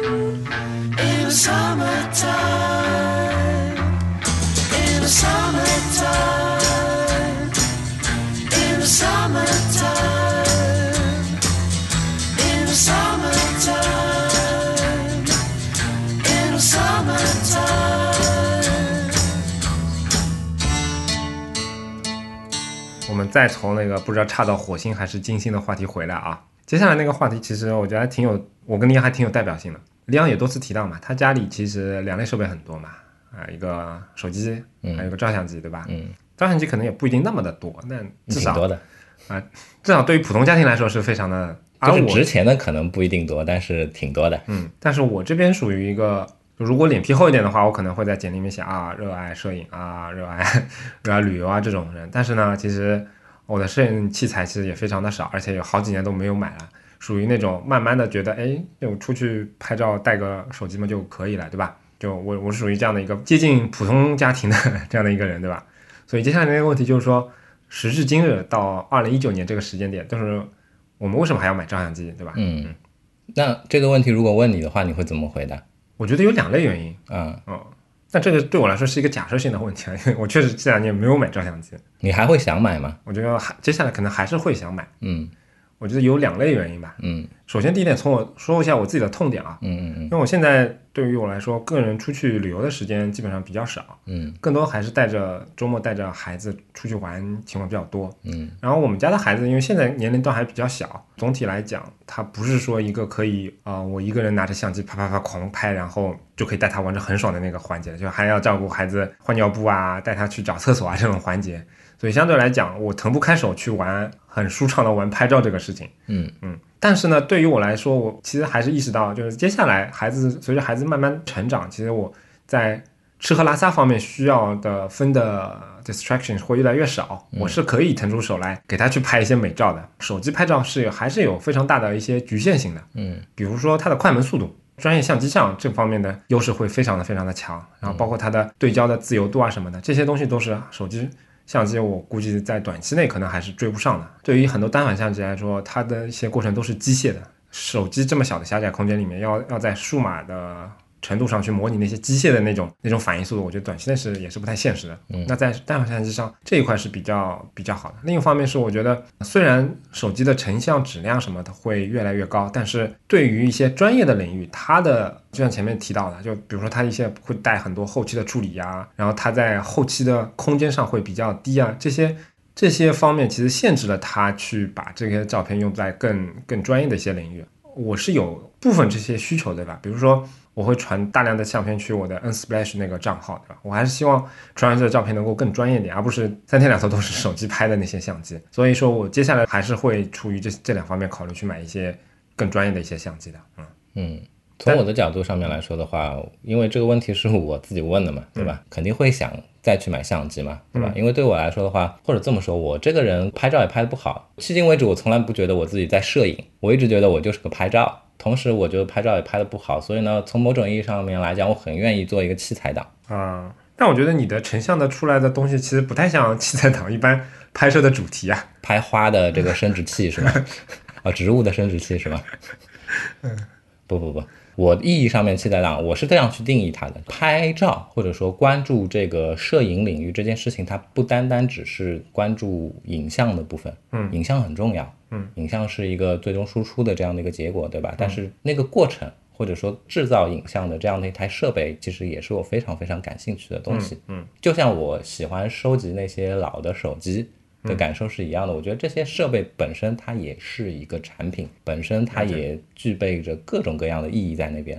我们再从那个不知道差到火星还是金星的话题回来啊。接下来那个话题其实我觉得我跟李阳还挺有代表性的。李阳也多次提到嘛，他家里其实两类设备很多嘛，一个手机，还有一个照相机，对吧？照相机可能也不一定那么的多，但至少挺多的至少对于普通家庭来说是非常的。 就是值钱的可能不一定多，但是挺多的。 但是我这边属于一个，如果脸皮厚一点的话，我可能会在简历里面写啊，热爱摄影啊，热爱旅游啊这种人。但是呢，其实我的摄影器材其实也非常的少，而且有好几年都没有买了，属于那种慢慢的觉得，哎，就出去拍照带个手机嘛就可以了，对吧？就我是属于这样的一个接近普通家庭的这样的一个人，对吧？所以接下来那个问题就是说，时至今日到2019年这个时间点，就是我们为什么还要买照相机，对吧？ 那这个问题如果问你的话，你会怎么回答？ 我觉得有2类原因。但这个对我来说是一个假设性的问题，因为我确实这2年没有买照相机。 你还会想买吗？ 我觉得接下来可能还是会想买。我觉得有2类原因吧。首先第一点，从我说一下我自己的痛点啊。因为我现在对于我来说，个人出去旅游的时间基本上比较少。更多还是周末带着孩子出去玩情况比较多。然后我们家的孩子因为现在年龄段还比较小，总体来讲他不是说一个可以我一个人拿着相机啪啪啪狂拍，然后就可以带他玩着很爽的那个环节，就还要照顾孩子换尿布啊，带他去找厕所啊这种环节。所以相对来讲，我腾不开手去玩很舒畅的玩拍照这个事情。但是呢，对于我来说，我其实还是意识到，就是接下来随着孩子慢慢成长，其实我在吃喝拉撒方面需要的分的 distractions 会越来越少。我是可以腾出手来给他去拍一些美照的。手机拍照还是有非常大的一些局限性的。比如说它的快门速度，专业相机上这方面的优势会非常的强。然后包括它的对焦的自由度啊什么的，这些东西都是手机相机我估计在短期内可能还是追不上的。对于很多单反相机来说，它的一些过程都是机械的。手机这么小的狭窄空间里面，要在数码的程度上去模拟那些机械的那种反应速度，我觉得短期内也是不太现实的。那在单反相机上这一块是比较好的。另一方面是我觉得，虽然手机的成像质量什么的会越来越高，但是对于一些专业的领域，它的就像前面提到的，就比如说它一些会带很多后期的处理啊，然后它在后期的空间上会比较低啊，这些方面其实限制了它去把这些照片用在更专业的一些领域。我是有部分这些需求，对吧？比如说我会传大量的相片去我的 Unsplash 那个账号，对吧？我还是希望传上去的照片能够更专业一点，而不是3天2头都是手机拍的那些相机。所以说我接下来还是会出于这2方面考虑去买一些更专业的一些相机的。 从我的角度上面来说的话，因为这个问题是我自己问的嘛，对吧？肯定会想再去买相机嘛，对吧？因为对我来说的话，或者这么说，我这个人拍照也拍得不好，迄今为止我从来不觉得我自己在摄影，我一直觉得我就是个拍照，同时我觉得拍照也拍得不好，所以呢，从某种意义上面来讲，我很愿意做一个器材党但我觉得你的成像的出来的东西其实不太像器材党一般拍摄的主题啊， 拍花的这个生殖器是吧？植物的生殖器是吧？不，我意义上面器材党我是这样去定义它的。拍照或者说关注这个摄影领域这件事情，它不单单只是关注影像的部分，影像很重要，影像是一个最终输出的这样的一个结果，对吧？但是那个过程或者说制造影像的这样的一台设备，其实也是我非常非常感兴趣的东西。就像我喜欢收集那些老的手机的感受是一样的。我觉得这些设备本身它也是一个产品，本身它也具备着各种各样的意义在那边。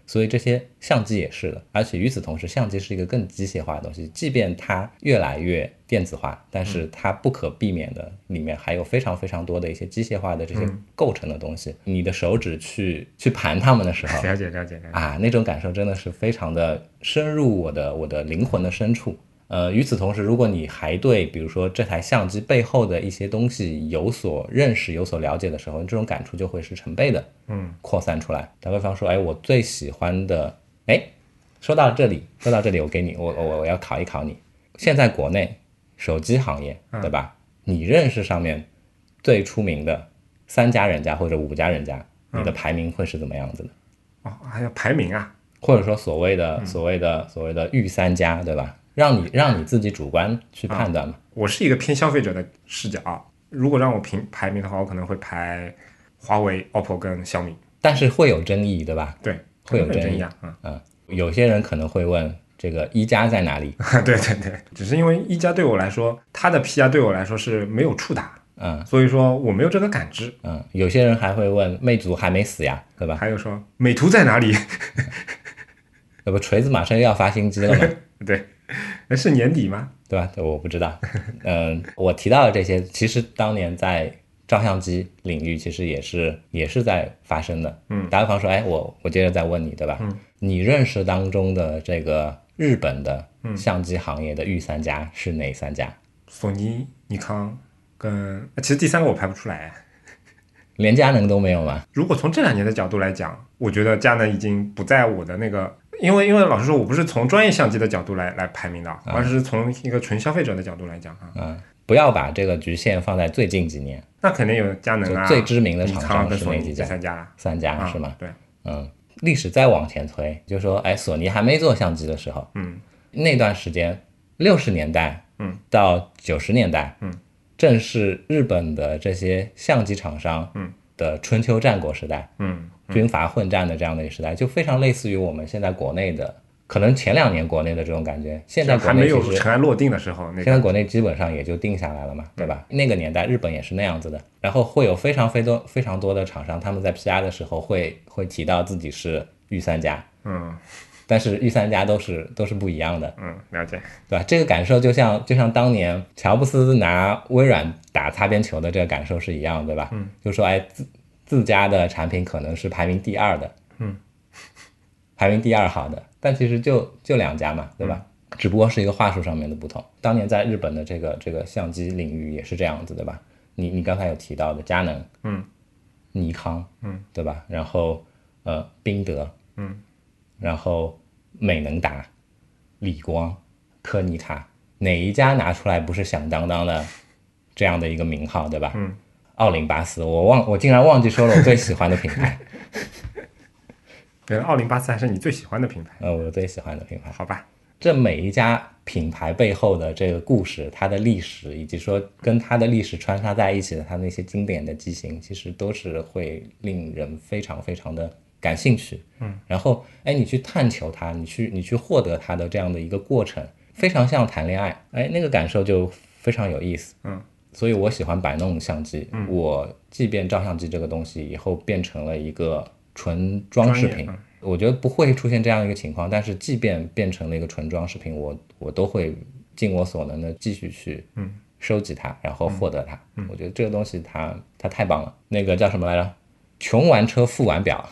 所以这些相机也是的，而且与此同时，相机是一个更机械化的东西，即便它越来越电子化，但是它不可避免的里面还有非常非常多的一些机械化的这些构成的东西。你的手指去盘它们的时候， 了解啊，那种感受真的是非常的深入我的灵魂的深处。与此同时，如果你还对比如说这台相机背后的一些东西有所认识、有所了解的时候，这种感触就会是成倍的扩散出来。打个比方说，我最喜欢的，说到这里，我给你，我要考一考你。现在国内手机行业，对吧？你认识上面最出名的3家人家或者5家人家，你的排名会是怎么样子的？ 还要排名啊？ 或者说所谓的御3家，对吧？让你自己主观去判断嘛。 我是一个偏消费者的视角啊，如果让我排名的话，我可能会排华为、OPPO 跟小米。 但是会有争议，对吧？ 对， 会有争议啊。有些人可能会问，这个1加在哪里？ 对，只是因为1加对我来说，它的 PR 对我来说是没有触达，所以说我没有这个感知。 有些人还会问，魅族还没死呀，对吧？ 还有说美图在哪里？ 那不锤子马上又要发新机了吗？ 对，是年底吗？ 对吧？我不知道。我提到的这些，其实当年在照相机领域其实也是在发生的。打个比方说，我接着再问你，对吧？你认识当中的这个日本的相机行业的御3家是哪3家？ 索尼、尼康跟，其实第3个我排不出来。 连佳能都没有吗？ 如果从这2年的角度来讲，我觉得佳能已经不在我的那个，因为老实说，我不是从专业相机的角度来排名的，而是从一个纯消费者的角度来讲不要把这个局限放在最近几年。 那肯定有佳能啊， 最知名的厂商是哪几家？3家是吗？ 对， 历史再往前推，就说索尼还没做相机的时候，那段时间60年代到90年代，正是日本的这些相机厂商的春秋战国时代，军阀混战的这样的一个时代，就非常类似于我们现在国内的，可能前2年国内的这种感觉。现在国内还没有尘埃落定的时候， 现在国内基本上也就定下来了嘛，对吧？那个年代日本也是那样子的，然后会有非常多的厂商，他们在 PR 的时候会提到自己是御3家，但是御3家都是不一样的， 了解， 对吧？这个感受就像当年乔布斯拿微软打擦边球的这个感受是一样，对吧？就说自家的产品可能是排名第2的，排名第2好的，但其实就2家嘛，对吧？只不过是一个话术上面的不同。当年在日本的这个相机领域也是这样子，对吧？你刚才有提到的佳能，尼康，对吧？然后宾得，然后美能达、理光、柯尼卡，哪一家拿出来不是响当当的这样的一个名号，对吧？奥林巴斯，我竟然忘记说了我最喜欢的品牌。 原来奥林巴斯还是你最喜欢的品牌？ 我最喜欢的品牌。 好吧， 这每一家品牌背后的这个故事，它的历史，以及说跟它的历史穿插在一起的它那些经典的机型，其实都是会令人非常非常的感兴趣。然后你去探求它，你去获得它的这样的一个过程，非常像谈恋爱，那个感受就非常有意思。所以我喜欢摆弄相机。我即便照相机这个东西以后变成了一个纯装饰品，我觉得不会出现这样一个情况，但是即便变成了一个纯装饰品，我都会尽我所能的继续去收集它，然后获得它。我觉得这个东西它太棒了。那个叫什么来着？穷玩车，富玩表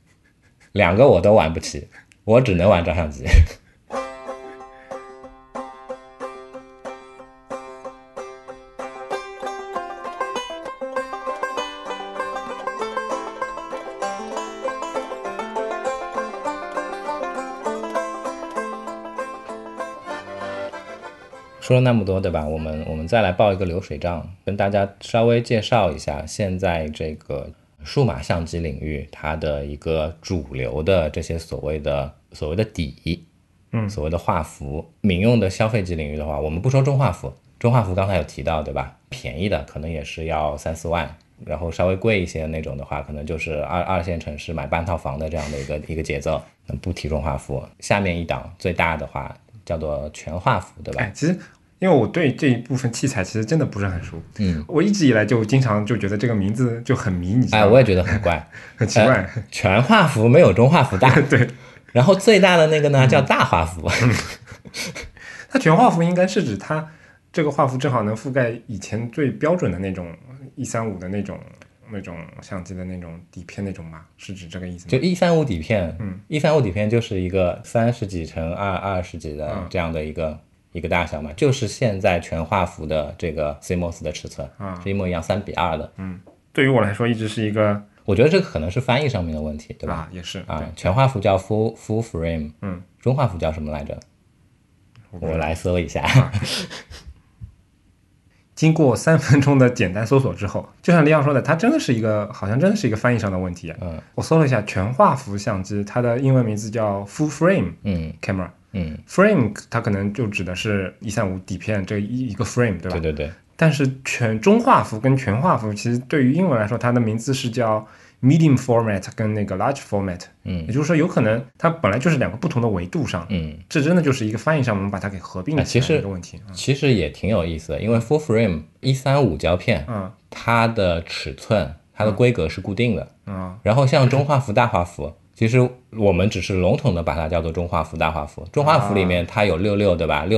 ，2个我都玩不起，我只能玩照相机。说了那么多，对吧？我们再来报一个流水账，跟大家稍微介绍一下现在这个数码相机领域它的一个主流的这些所谓的底，所谓的画幅。民用的消费级领域的话，我们不说中画幅，中画幅刚才有提到，对吧？便宜的可能也是要3-4万，然后稍微贵一些那种的话，可能就是二线城市买半套房的这样的一个节奏。不提中画幅，下面一档最大的话叫做全画幅，对吧？ 其实因为我对这一部分器材其实真的不是很熟。我一直以来就经常就觉得这个名字就很迷你， 哎，我也觉得很怪， 很奇怪。 全画幅没有中画幅大， 对。 然后最大的那个呢叫大画幅。 它全画幅应该是指它这个画幅正好能覆盖以前最标准的那种135的那种相机的那种底片那种吗？是指这个意思吗？ 就135底片，135底片就是一个30几乘20几的这样的一个大小嘛，就是现在全画幅的这个 CMOS 的尺寸是一模一样3:2的。 对于我来说一直是一个， 我觉得这个可能是翻译上面的问题，对吧？ 也是全画幅叫 full frame，中画幅叫什么来着？我来搜一下。 经过3分钟的简单搜索之后，就像李阳说的，它真的是一个好像真的是一个翻译上的问题。我搜了一下全画幅相机，它的英文名字叫 full frame camera。frame 它可能就指的是135底片这一个 frame， 对吧？ 对对对。 但是中画幅跟全画幅其实对于英文来说，它的名字是叫 medium format 跟那个 large format。也就是说有可能它本来就是2个不同的维度上。这真的就是一个翻译上我们把它给合并了起来的一个问题。 其实也挺有意思的，因为 full frame 135胶片，它的尺寸它的规格是固定的。然后像中画幅大画幅，其实我们只是笼统的把它叫做中画幅大画幅。中画幅里面它有66，对吧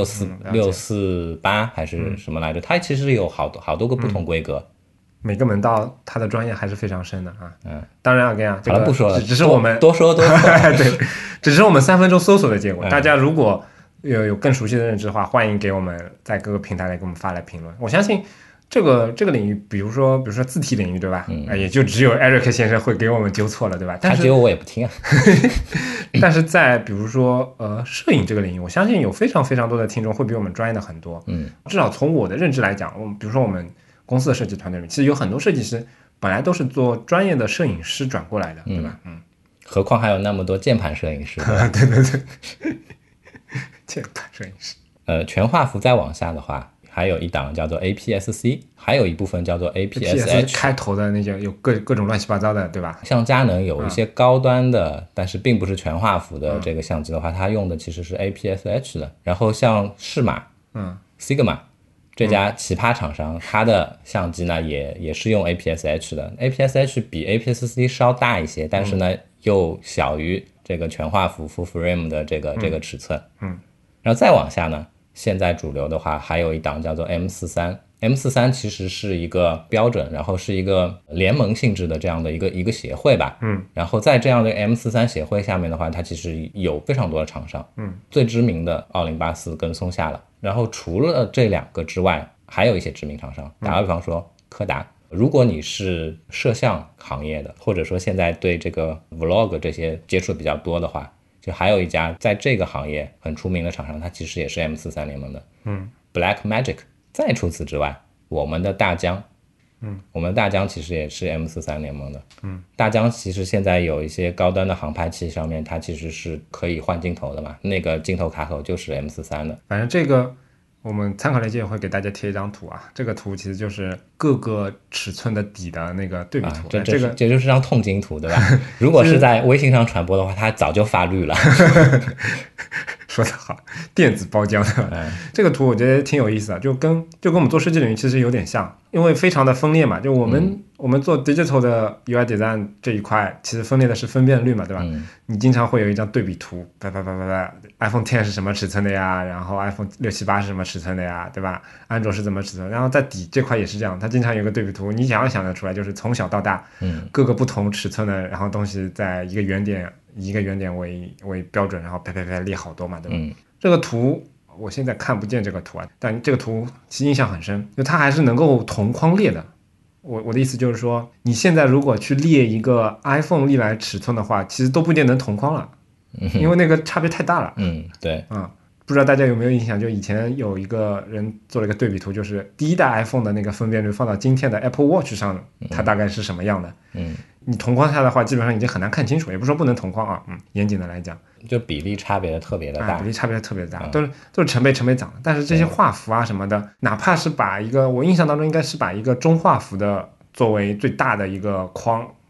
？648还是什么来着？它其实有好多个不同规格。 每个门道它的专业还是非常深的啊。当然again 好了，不说了， 只是我们多说对，只是我们3分钟搜索的结果。大家如果有更熟悉的认知的话，欢迎给我们在各个平台来给我们发来评论。我相信这个领域，比如说字体领域，对吧？也就只有 Eric 先生会给我们纠错了，对吧？ 他只有我也不听啊。 但是在比如说摄影这个领域，我相信有非常非常多的听众会比我们专业的很多。至少从我的认知来讲，比如说我们公司的设计团队里，其实有很多设计师本来都是做专业的摄影师转过来的，对吧？ 何况还有那么多键盘摄影师。 对对对，键盘摄影师。 全画幅再往下的话，还有一档叫做 APS-C， 还有一部分叫做 APS-H， 开头的那些有各种乱七八糟的，对吧？ 像佳能有一些高端的，但是并不是全画幅的这个相机的话，它用的其实是 APS-H 的。然后像适马Sigma 这家奇葩厂商，它的相机呢也是用 APS-H 的。APS-H 比 APS-C 稍大一些，但是呢又小于这个全画幅 full frame 的这个尺寸。然后再往下呢，现在主流的话还有一档叫做 M43。M43 其实是一个标准，然后是一个联盟性质的这样的一个协会吧。然后在这样的 M43 协会下面的话，它其实有非常多的厂商。最知名的奥林巴斯跟松下了。然后除了这2个之外，还有一些知名厂商，打个比方说柯达。如果你是摄像行业的，或者说现在对这个 vlog 这些接触比较多的话，就还有一家在这个行业很出名的厂商，它其实也是 M43 联盟的，Black Magic。再除此之外，我们的大疆，我们的大疆其实也是 M43 联盟的。大疆其实现在有一些高端的航拍器上面，它其实是可以换镜头的嘛，那个镜头卡口就是 M43 的。 反正这个我们参考链接会给大家贴一张图啊，这个图其实就是各个尺寸的底的那个对比图。 这就是张痛经图，对吧？如果是在微信上传播的话，它早就发绿了。 说得好，电子包浆的。这个图我觉得挺有意思的，就跟我们做设计领域其实有点像，因为非常的分裂嘛。就我们做 digital 的 UI design 这一块，其实分裂的是分辨率嘛，对吧？你经常会有一张对比图，iPhone X 是什么尺寸的呀？然后 iPhone 6、7、8是什么尺寸的呀？对吧？安卓是怎么尺寸？然后在底这块也是这样，它经常有个对比图，你想得出来，就是从小到大，各个不同尺寸的，然后东西在一个原点为标准，然后列好多嘛，对吧？这个图我现在看不见这个图啊，但这个图其实印象很深，就它还是能够同框列的。我的意思就是说，你现在如果去列一个 iPhone 历来尺寸的话，其实都不一定能同框了，因为那个差别太大了。 对。 不知道大家有没有印象，就以前有一个人做了一个对比图，就是第一代 iPhone 的那个分辨率放到今天的 Apple Watch 上，它大概是什么样的？你同框下的话，基本上已经很难看清楚，也不是说不能同框啊，严谨的来讲， 就比例差别的特别的大， 比例差别的特别大，都是成倍涨的。但是这些画幅啊什么的，哪怕是把一个，我印象当中应该是把一个中画幅的作为最大的一个框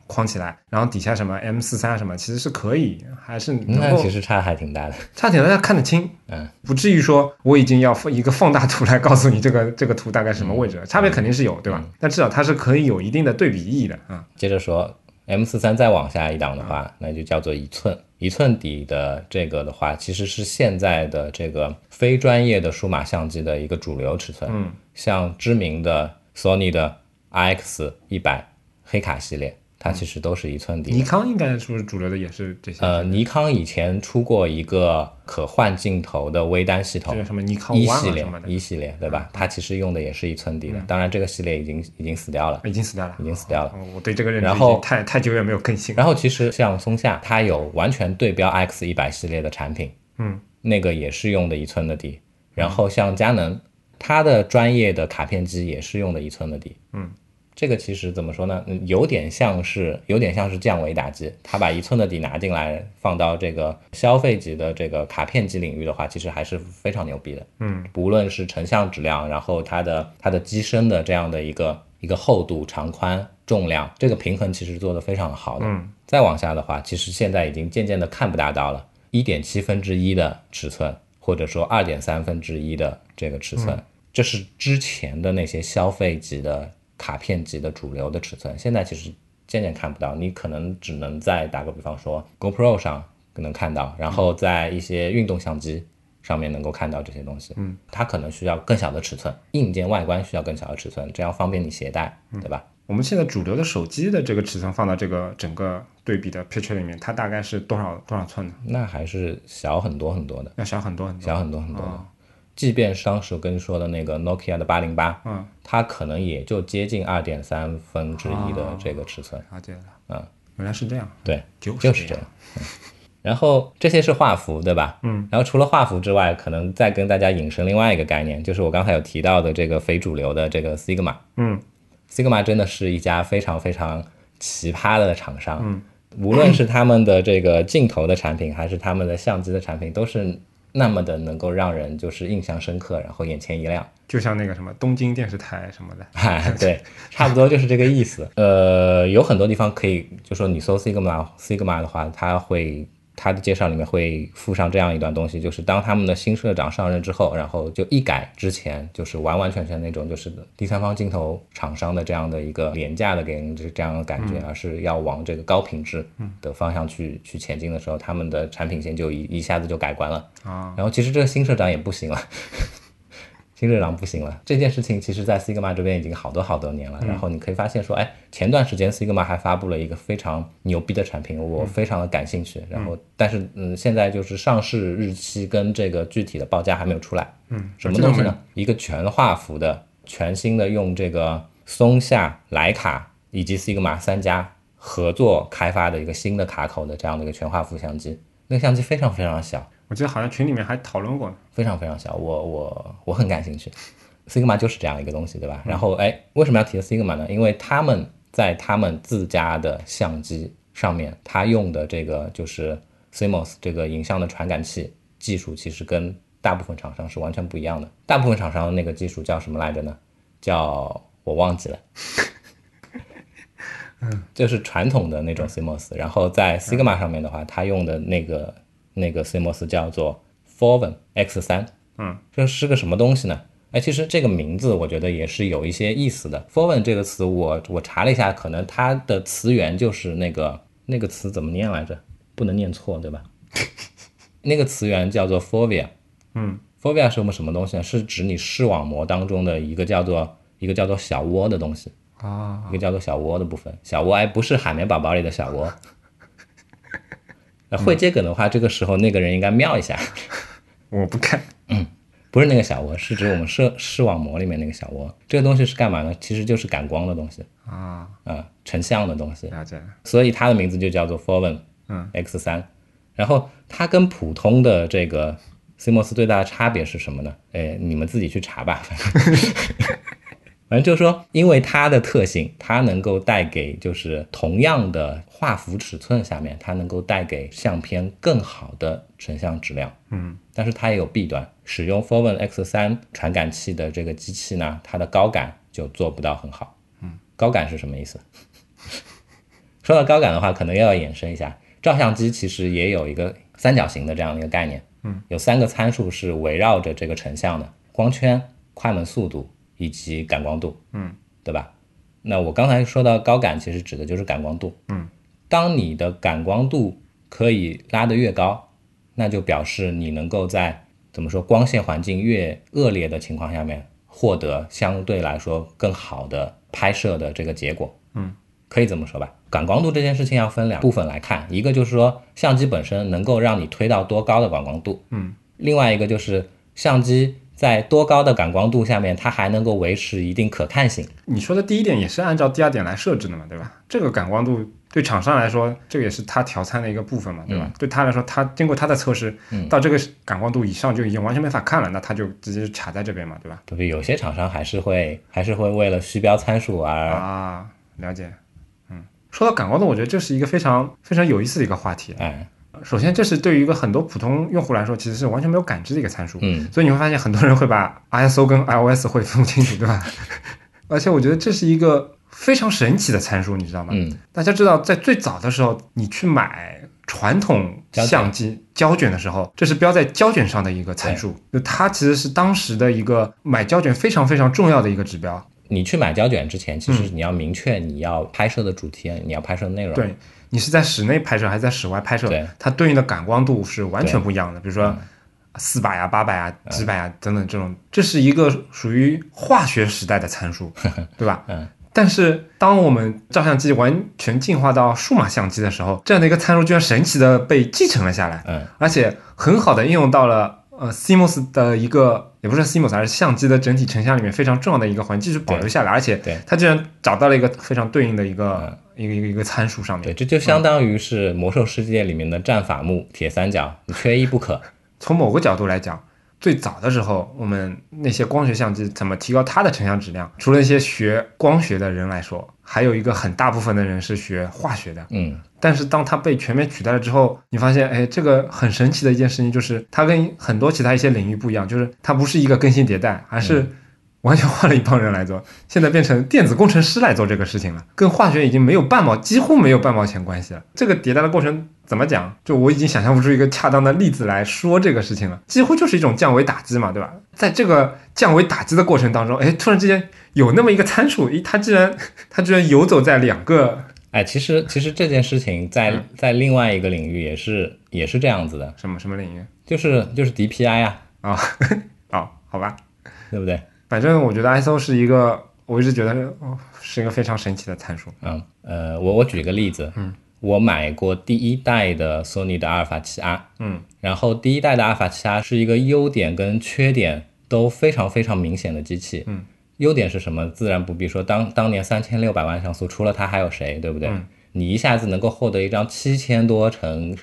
框起来，然后底下什么 M43什么，其实是可以，还是能那够其实差还挺大的， 差点大家看得清，不至于说我已经要一个放大图来告诉你这个图大概是什么位置了，差别肯定是有，对吧？但至少它是可以有一定的对比意义的啊。 接着说 M43 再往下一档的话，那就叫做1寸底的这个的话，其实是现在的这个非专业的数码相机的一个主流尺寸。像知名的 Sony 的 RX100 黑卡系列，它其实都是1寸底的。 尼康应该是不是主流的也是这些？ 尼康以前出过一个可换镜头的微单系统， 什么尼康 1 什么的一系列对吧？它其实用的也是1寸底的，当然这个系列已经死掉了， 已经死掉了。我对这个认知已经太久远没有更新。 然后其实像松下，它有完全对标 X100系列的产品，那个也是用的1寸的底。然后像佳能，它的专业的卡片机也是用的1寸的底。这个其实怎么说呢？有点像是降维打击，它把1寸的底拿进来，放到这个消费级的这个卡片机领域的话，其实还是非常牛逼的。无论是成像质量，然后它的机身的这样的一个厚度、长宽、重量，这个平衡其实做得非常好的。再往下的话，其实现在已经渐渐的看不大到了1.1/7的尺寸，或者说2.3/1的这个尺寸，这是之前的那些消费级的卡片级的主流的尺寸，现在其实渐渐看不到，你可能只能在打个比方说 GoPro 上可能看到，然后在一些运动相机上面能够看到这些东西。它可能需要更小的尺寸，硬件外观需要更小的尺寸，这样方便你携带，对吧？ 我们现在主流的手机的这个尺寸放到这个整个对比的 picture 里面，它大概是多少寸呢？ 那还是小很多很多的， 要小很多很多， 小很多很多的。即便是当时我跟你说的那个 Nokia 的808，它可能也就接近2.3/1的这个尺寸。 了解了，原来是这样， 对， 就是这样。然后这些是画幅，对吧？然后除了画幅之外，可能再跟大家引申另外一个概念，就是我刚才有提到的这个非主流的这个 Sigma。Sigma 真的是一家非常非常奇葩的厂商。无论是他们的这个镜头的产品，还是他们的相机的产品，都是那么的能够让人就是印象深刻，然后眼前一亮， 就像那个什么东京电视台什么的。 对，差不多就是这个意思。有很多地方可以，就说你搜 Sigma 的话，它的介绍里面会附上这样一段东西，就是当他们的新社长上任之后，然后就一改之前就是完完全全那种就是第三方镜头厂商的这样的一个廉价的给人这样的感觉，而是要往这个高品质的方向去前进的时候，他们的产品线就一下子就改观了。然后其实这个新社长也不行了。新社长不行了，这件事情其实在 Sigma 这边已经好多年了。然后你可以发现说，前段时间 Sigma 还发布了一个非常牛逼的产品，我非常的感兴趣。然后但是现在就是上市日期跟这个具体的报价还没有出来。什么东西呢？一个全画幅的全新的用这个松下、徕卡以及 Sigma 3家合作开发的一个新的卡口的这样的一个全画幅相机。那个相机非常非常小， 我记得好像群里面还讨论过呢， 非常非常小，我很感兴趣。Sigma 就是这样一个东西，对吧？然后为什么要提 Sigma 呢？因为他们在他们自家的相机上面，他用的这个就是 CMOS 这个影像的传感器技术，其实跟大部分厂商是完全不一样的。大部分厂商的那个技术叫什么来着呢？叫我忘记了。就是传统的那种 CMOS， 然后在 Sigma 上面的话，它用的那个 CMOS 叫做 Foven X3。这是个什么东西呢？其实这个名字我觉得也是有一些意思的。Foven 这个词我查了一下，可能它的词源就是那个词怎么念来着？不能念错，对吧？那个词源叫做 Fovea。Fovea 是什么东西呢？是指你视网膜当中的一个叫做小窝的东西。一个叫做小窝的部分，小窝不是海绵宝宝里的小窝。会接梗的话，这个时候那个人应该瞄一下。 我不看。 不是那个小窝，是指我们视网膜里面那个小窝。这个东西是干嘛呢？其实就是感光的东西成像的东西。 了解了。所以它的名字就叫做 Foven X3。然后它跟普通的这个 CMOS 最大的差别是什么呢？你们自己去查吧。反正就是说，因为它的特性，它能够带给就是同样的画幅尺寸下面，它能够带给相片更好的成像质量。但是它也有弊端，使用 Foven X3 传感器的这个机器呢，它的高感就做不到很好。高感是什么意思？ 说到高感的话，可能又要衍生一下，照相机其实也有一个三角形的这样的一个概念，有3个参数是围绕着这个成像的：光圈、快门速度以及感光度，对吧？那我刚才说到高感，其实指的就是感光度，当你的感光度可以拉得越高，那就表示你能够在怎么说光线环境越恶劣的情况下面获得相对来说更好的拍摄的这个结果，可以这么说吧。感光度这件事情要分2部分来看，一个就是说相机本身能够让你推到多高的感光度，另外一个就是相机在多高的感光度下面它还能够维持一定可看性。 你说的第一点也是按照第2点来设置的嘛，对吧？这个感光度对厂商来说，这个也是他调参的一个部分嘛，对吧？对他来说，他经过他的测试，到这个感光度以上就已经完全没法看了，那他就直接卡在这边嘛，对吧？ 对，有些厂商还是会为了虚标参数而了解。说到感光度，我觉得这是一个非常非常有意思的一个话题。首先，这是对于一个很多普通用户来说，其实是完全没有感知的一个参数。所以你会发现很多人会把 ISO 跟 iOS 会分不清楚，对吧？而且我觉得这是一个非常神奇的参数，你知道吗？大家知道，在最早的时候，你去买传统相机胶卷的时候，这是标在胶卷上的一个参数，就它其实是当时的一个买胶卷非常非常重要的一个指标。 你去买胶卷之前，其实你要明确你要拍摄的主题，你要拍摄的内容。 对，你是在室内拍摄还是在室外拍摄，它对应的感光度是完全不一样的。比如说400啊、800啊、几百啊等等，这种这是一个属于化学时代的参数，对吧？但是当我们照相机完全进化到数码相机的时候，这样的一个参数居然神奇的被继承了下来，而且很好的应用到了CMOS 的一个，也不是 CMOS， 而是相机的整体成像里面非常重要的一个环继续保留下来，而且它居然找到了一个非常对应的一个参数上面。 对，这就相当于是魔兽世界里面的战法木铁三角，你缺一不可。 从某个角度来讲，最早的时候，我们那些光学相机怎么提高它的成像质量？除了一些学光学的人来说，还有一个很大部分的人是学化学的。但是当它被全面取代了之后，你发现，哎，这个很神奇的一件事情就是，它跟很多其他一些领域不一样，就是它不是一个更新迭代，而是完全换了一帮人来做，现在变成电子工程师来做这个事情了，跟化学已经没有几乎没有半毛钱关系了。这个迭代的过程怎么讲？就我已经想象不出一个恰当的例子来说这个事情了，几乎就是一种降维打击嘛，对吧？在这个降维打击的过程当中，哎，突然之间有那么一个参数，它居然游走在2个。 其实这件事情在另外一个领域也是这样子的。 什么领域？ 就是 DPI 啊。 好吧， 对不对？ 反正我觉得 ISO 是一个，我一直觉得是一个非常神奇的参数。 我举个例子，我买过第1代的 Sony 的阿尔法 7R，然后第1代的阿尔法 7R 是一个优点跟缺点都非常非常明显的机器。优点是什么？自然不必说，当年3600万像素，除了它还有谁，对不对？你一下子能够获得一张7000多乘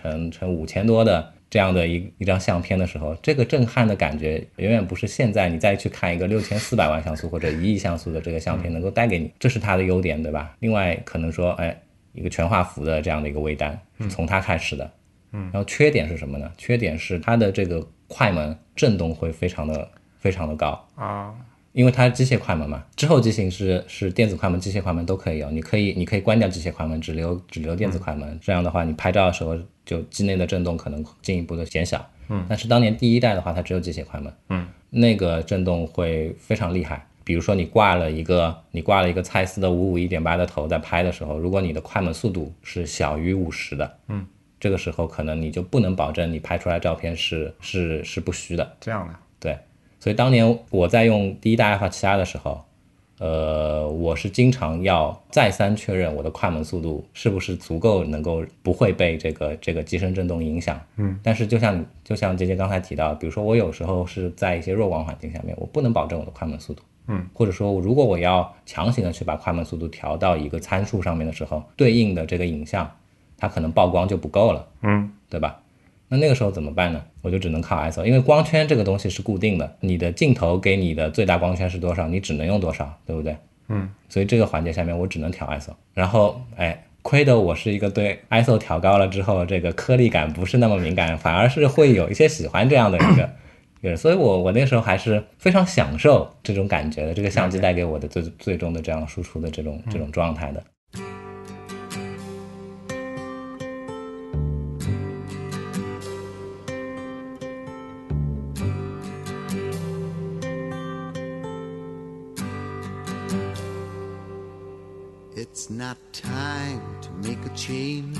5000多的这样的一张相片的时候，这个震撼的感觉远远不是现在你再去看一个6400万像素或者1亿像素的这个相片能够带给你，这是它的优点，对吧？另外可能说，一个全画幅的这样的一个微单是从它开始的。然后缺点是什么呢？缺点是它的这个快门震动会非常的高因为它是机械快门嘛，之后机型是电子快门、机械快门都可以有，你可以关掉机械快门，只留电子快门，这样的话你拍照的时候就机内的震动可能进一步的减小。但是当年第1代的话，它只有机械快门，那个震动会非常厉害。比如说你挂了一个蔡司的551.8的头在拍的时候，如果你的快门速度是小于50的，这个时候可能你就不能保证你拍出来照片是不虚的。 这样的， 对。所以当年我在用第1代阿尔法 7R 的时候，我是经常要再三确认我的快门速度是不是足够能够不会被这个机身震动影响。但是就像杰杰刚才提到，比如说我有时候是在一些弱光环境下面，我不能保证我的快门速度。或者说如果我要强行的去把快门速度调到一个参数上面的时候，对应的这个影像它可能曝光就不够了，对吧？那个时候怎么办呢？我就只能靠 ISO， 因为光圈这个东西是固定的，你的镜头给你的最大光圈是多少，你只能用多少，对不对？所以这个环节下面我只能调 ISO， 然后亏得我是一个对 ISO 调高了之后这个颗粒感不是那么敏感，反而是会有一些喜欢这样的一个所以我那时候还是非常享受这种感觉的，这个相机带给我的最终的这样输出的这种状态的。 It's not time to make a change.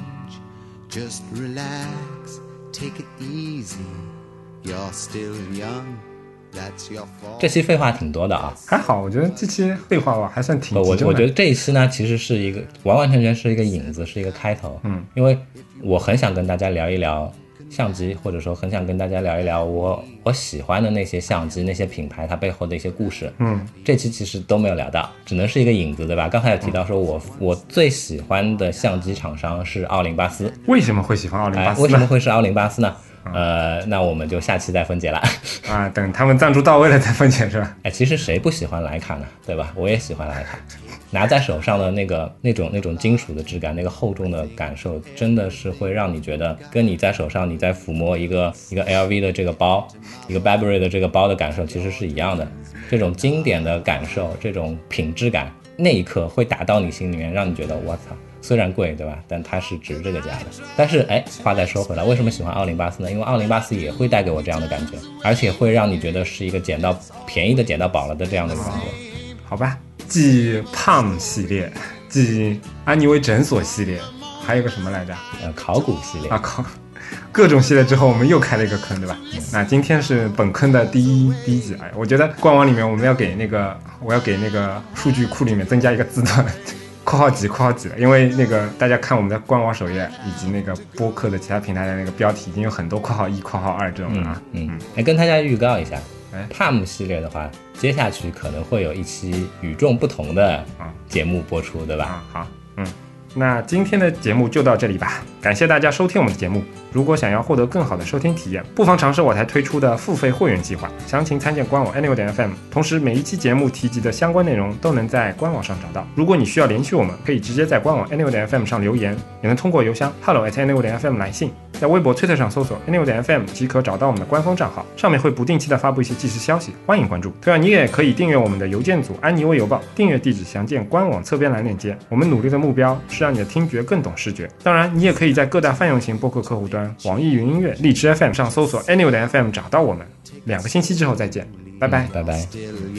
Just relax, take it easy. You're still young, that's your fault. 这期废话挺多的啊， 还好，我觉得这期废话吧还算挺集中的。 我觉得这一期呢，其实是一个完完全全是一个引子，是一个开头。因为我很想跟大家聊一聊相机，或者说很想跟大家聊一聊我喜欢的那些相机，那些品牌它背后的一些故事。这期其实都没有聊到，只能是一个引子，对吧？刚才有提到说我最喜欢的相机厂商是奥林巴斯。 为什么会喜欢奥林巴斯呢？ 为什么会是奥林巴斯呢？那我们就下期再分解了啊，等他们赞助到位了再分解是吧？ 其实谁不喜欢徕卡呢，对吧？我也喜欢徕卡，拿在手上的那种金属的质感，那个厚重的感受，真的是会让你觉得跟你在手上你在抚摸一个 LV 的这个包，一个 Burberry 的这个包的感受其实是一样的。这种经典的感受，这种品质感，那一刻会打到你心里面，让你觉得我操，虽然贵，对吧？但它是值这个价的。但是话再说回来，为什么喜欢奥林巴斯呢？因为奥林巴斯也会带给我这样的感觉，而且会让你觉得是一个便宜的捡到宝了的这样的感觉。 好吧，继 Palm 系列，继安妮薇诊所系列，还有个什么来着？ 考古系列啊，各种系列之后，我们又开了一个坑，对吧？那今天是本坑的第一集。我觉得官网里面我要给那个数据库里面增加一个字段。括号几了，因为那个大家看我们的官网首页以及那个播客的其他平台的那个标题已经有很多括号1括号2这种了啊。 跟大家预告一下，Palm 系列的话，接下去可能会有一期与众不同的节目播出，对吧？ 好，那今天的节目就到这里吧，感谢大家收听我们的节目。如果想要获得更好的收听体验，不妨尝试我台推出的付费会员计划，详情参见官网 anyway.fm。 同时每一期节目提及的相关内容都能在官网上找到。如果你需要联系我们，可以直接在官网 anyway.fm 上留言，也能通过邮箱 hello@anyway.fm 来信，在微博推特上搜索 anyway.fm 即可找到我们的官方账号，上面会不定期的发布一些即时消息，欢迎关注。同样你也可以订阅我们的邮件组安妮微邮报，订阅地址详见官网侧边栏链接。我们努力的目标是让你的听觉更懂视觉。当然你也可以在各大泛用型播客客户端、网易云音乐、荔枝 FM 上搜索 anyway.fm 找到我们。2个星期之后再见，拜拜， 拜拜。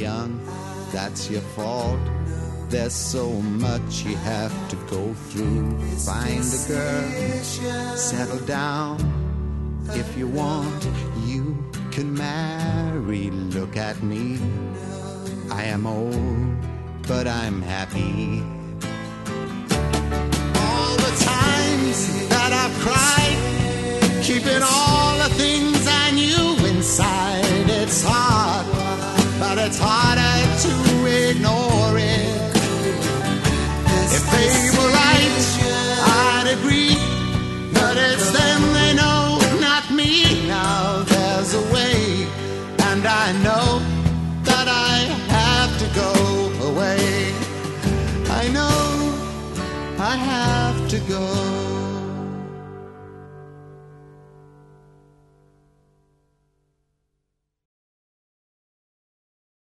There's so much you have to go through. Find a girl, settle down. If you want, you can marry. Look at me, I am old, but I'm happy. All the times that I've cried, keeping all the things I knew inside. It's hard, but it's harder to ignore it. If they were right, I'd agree, but it's them they know, not me. Now there's a way, and I know that I have to go away. I know I have to go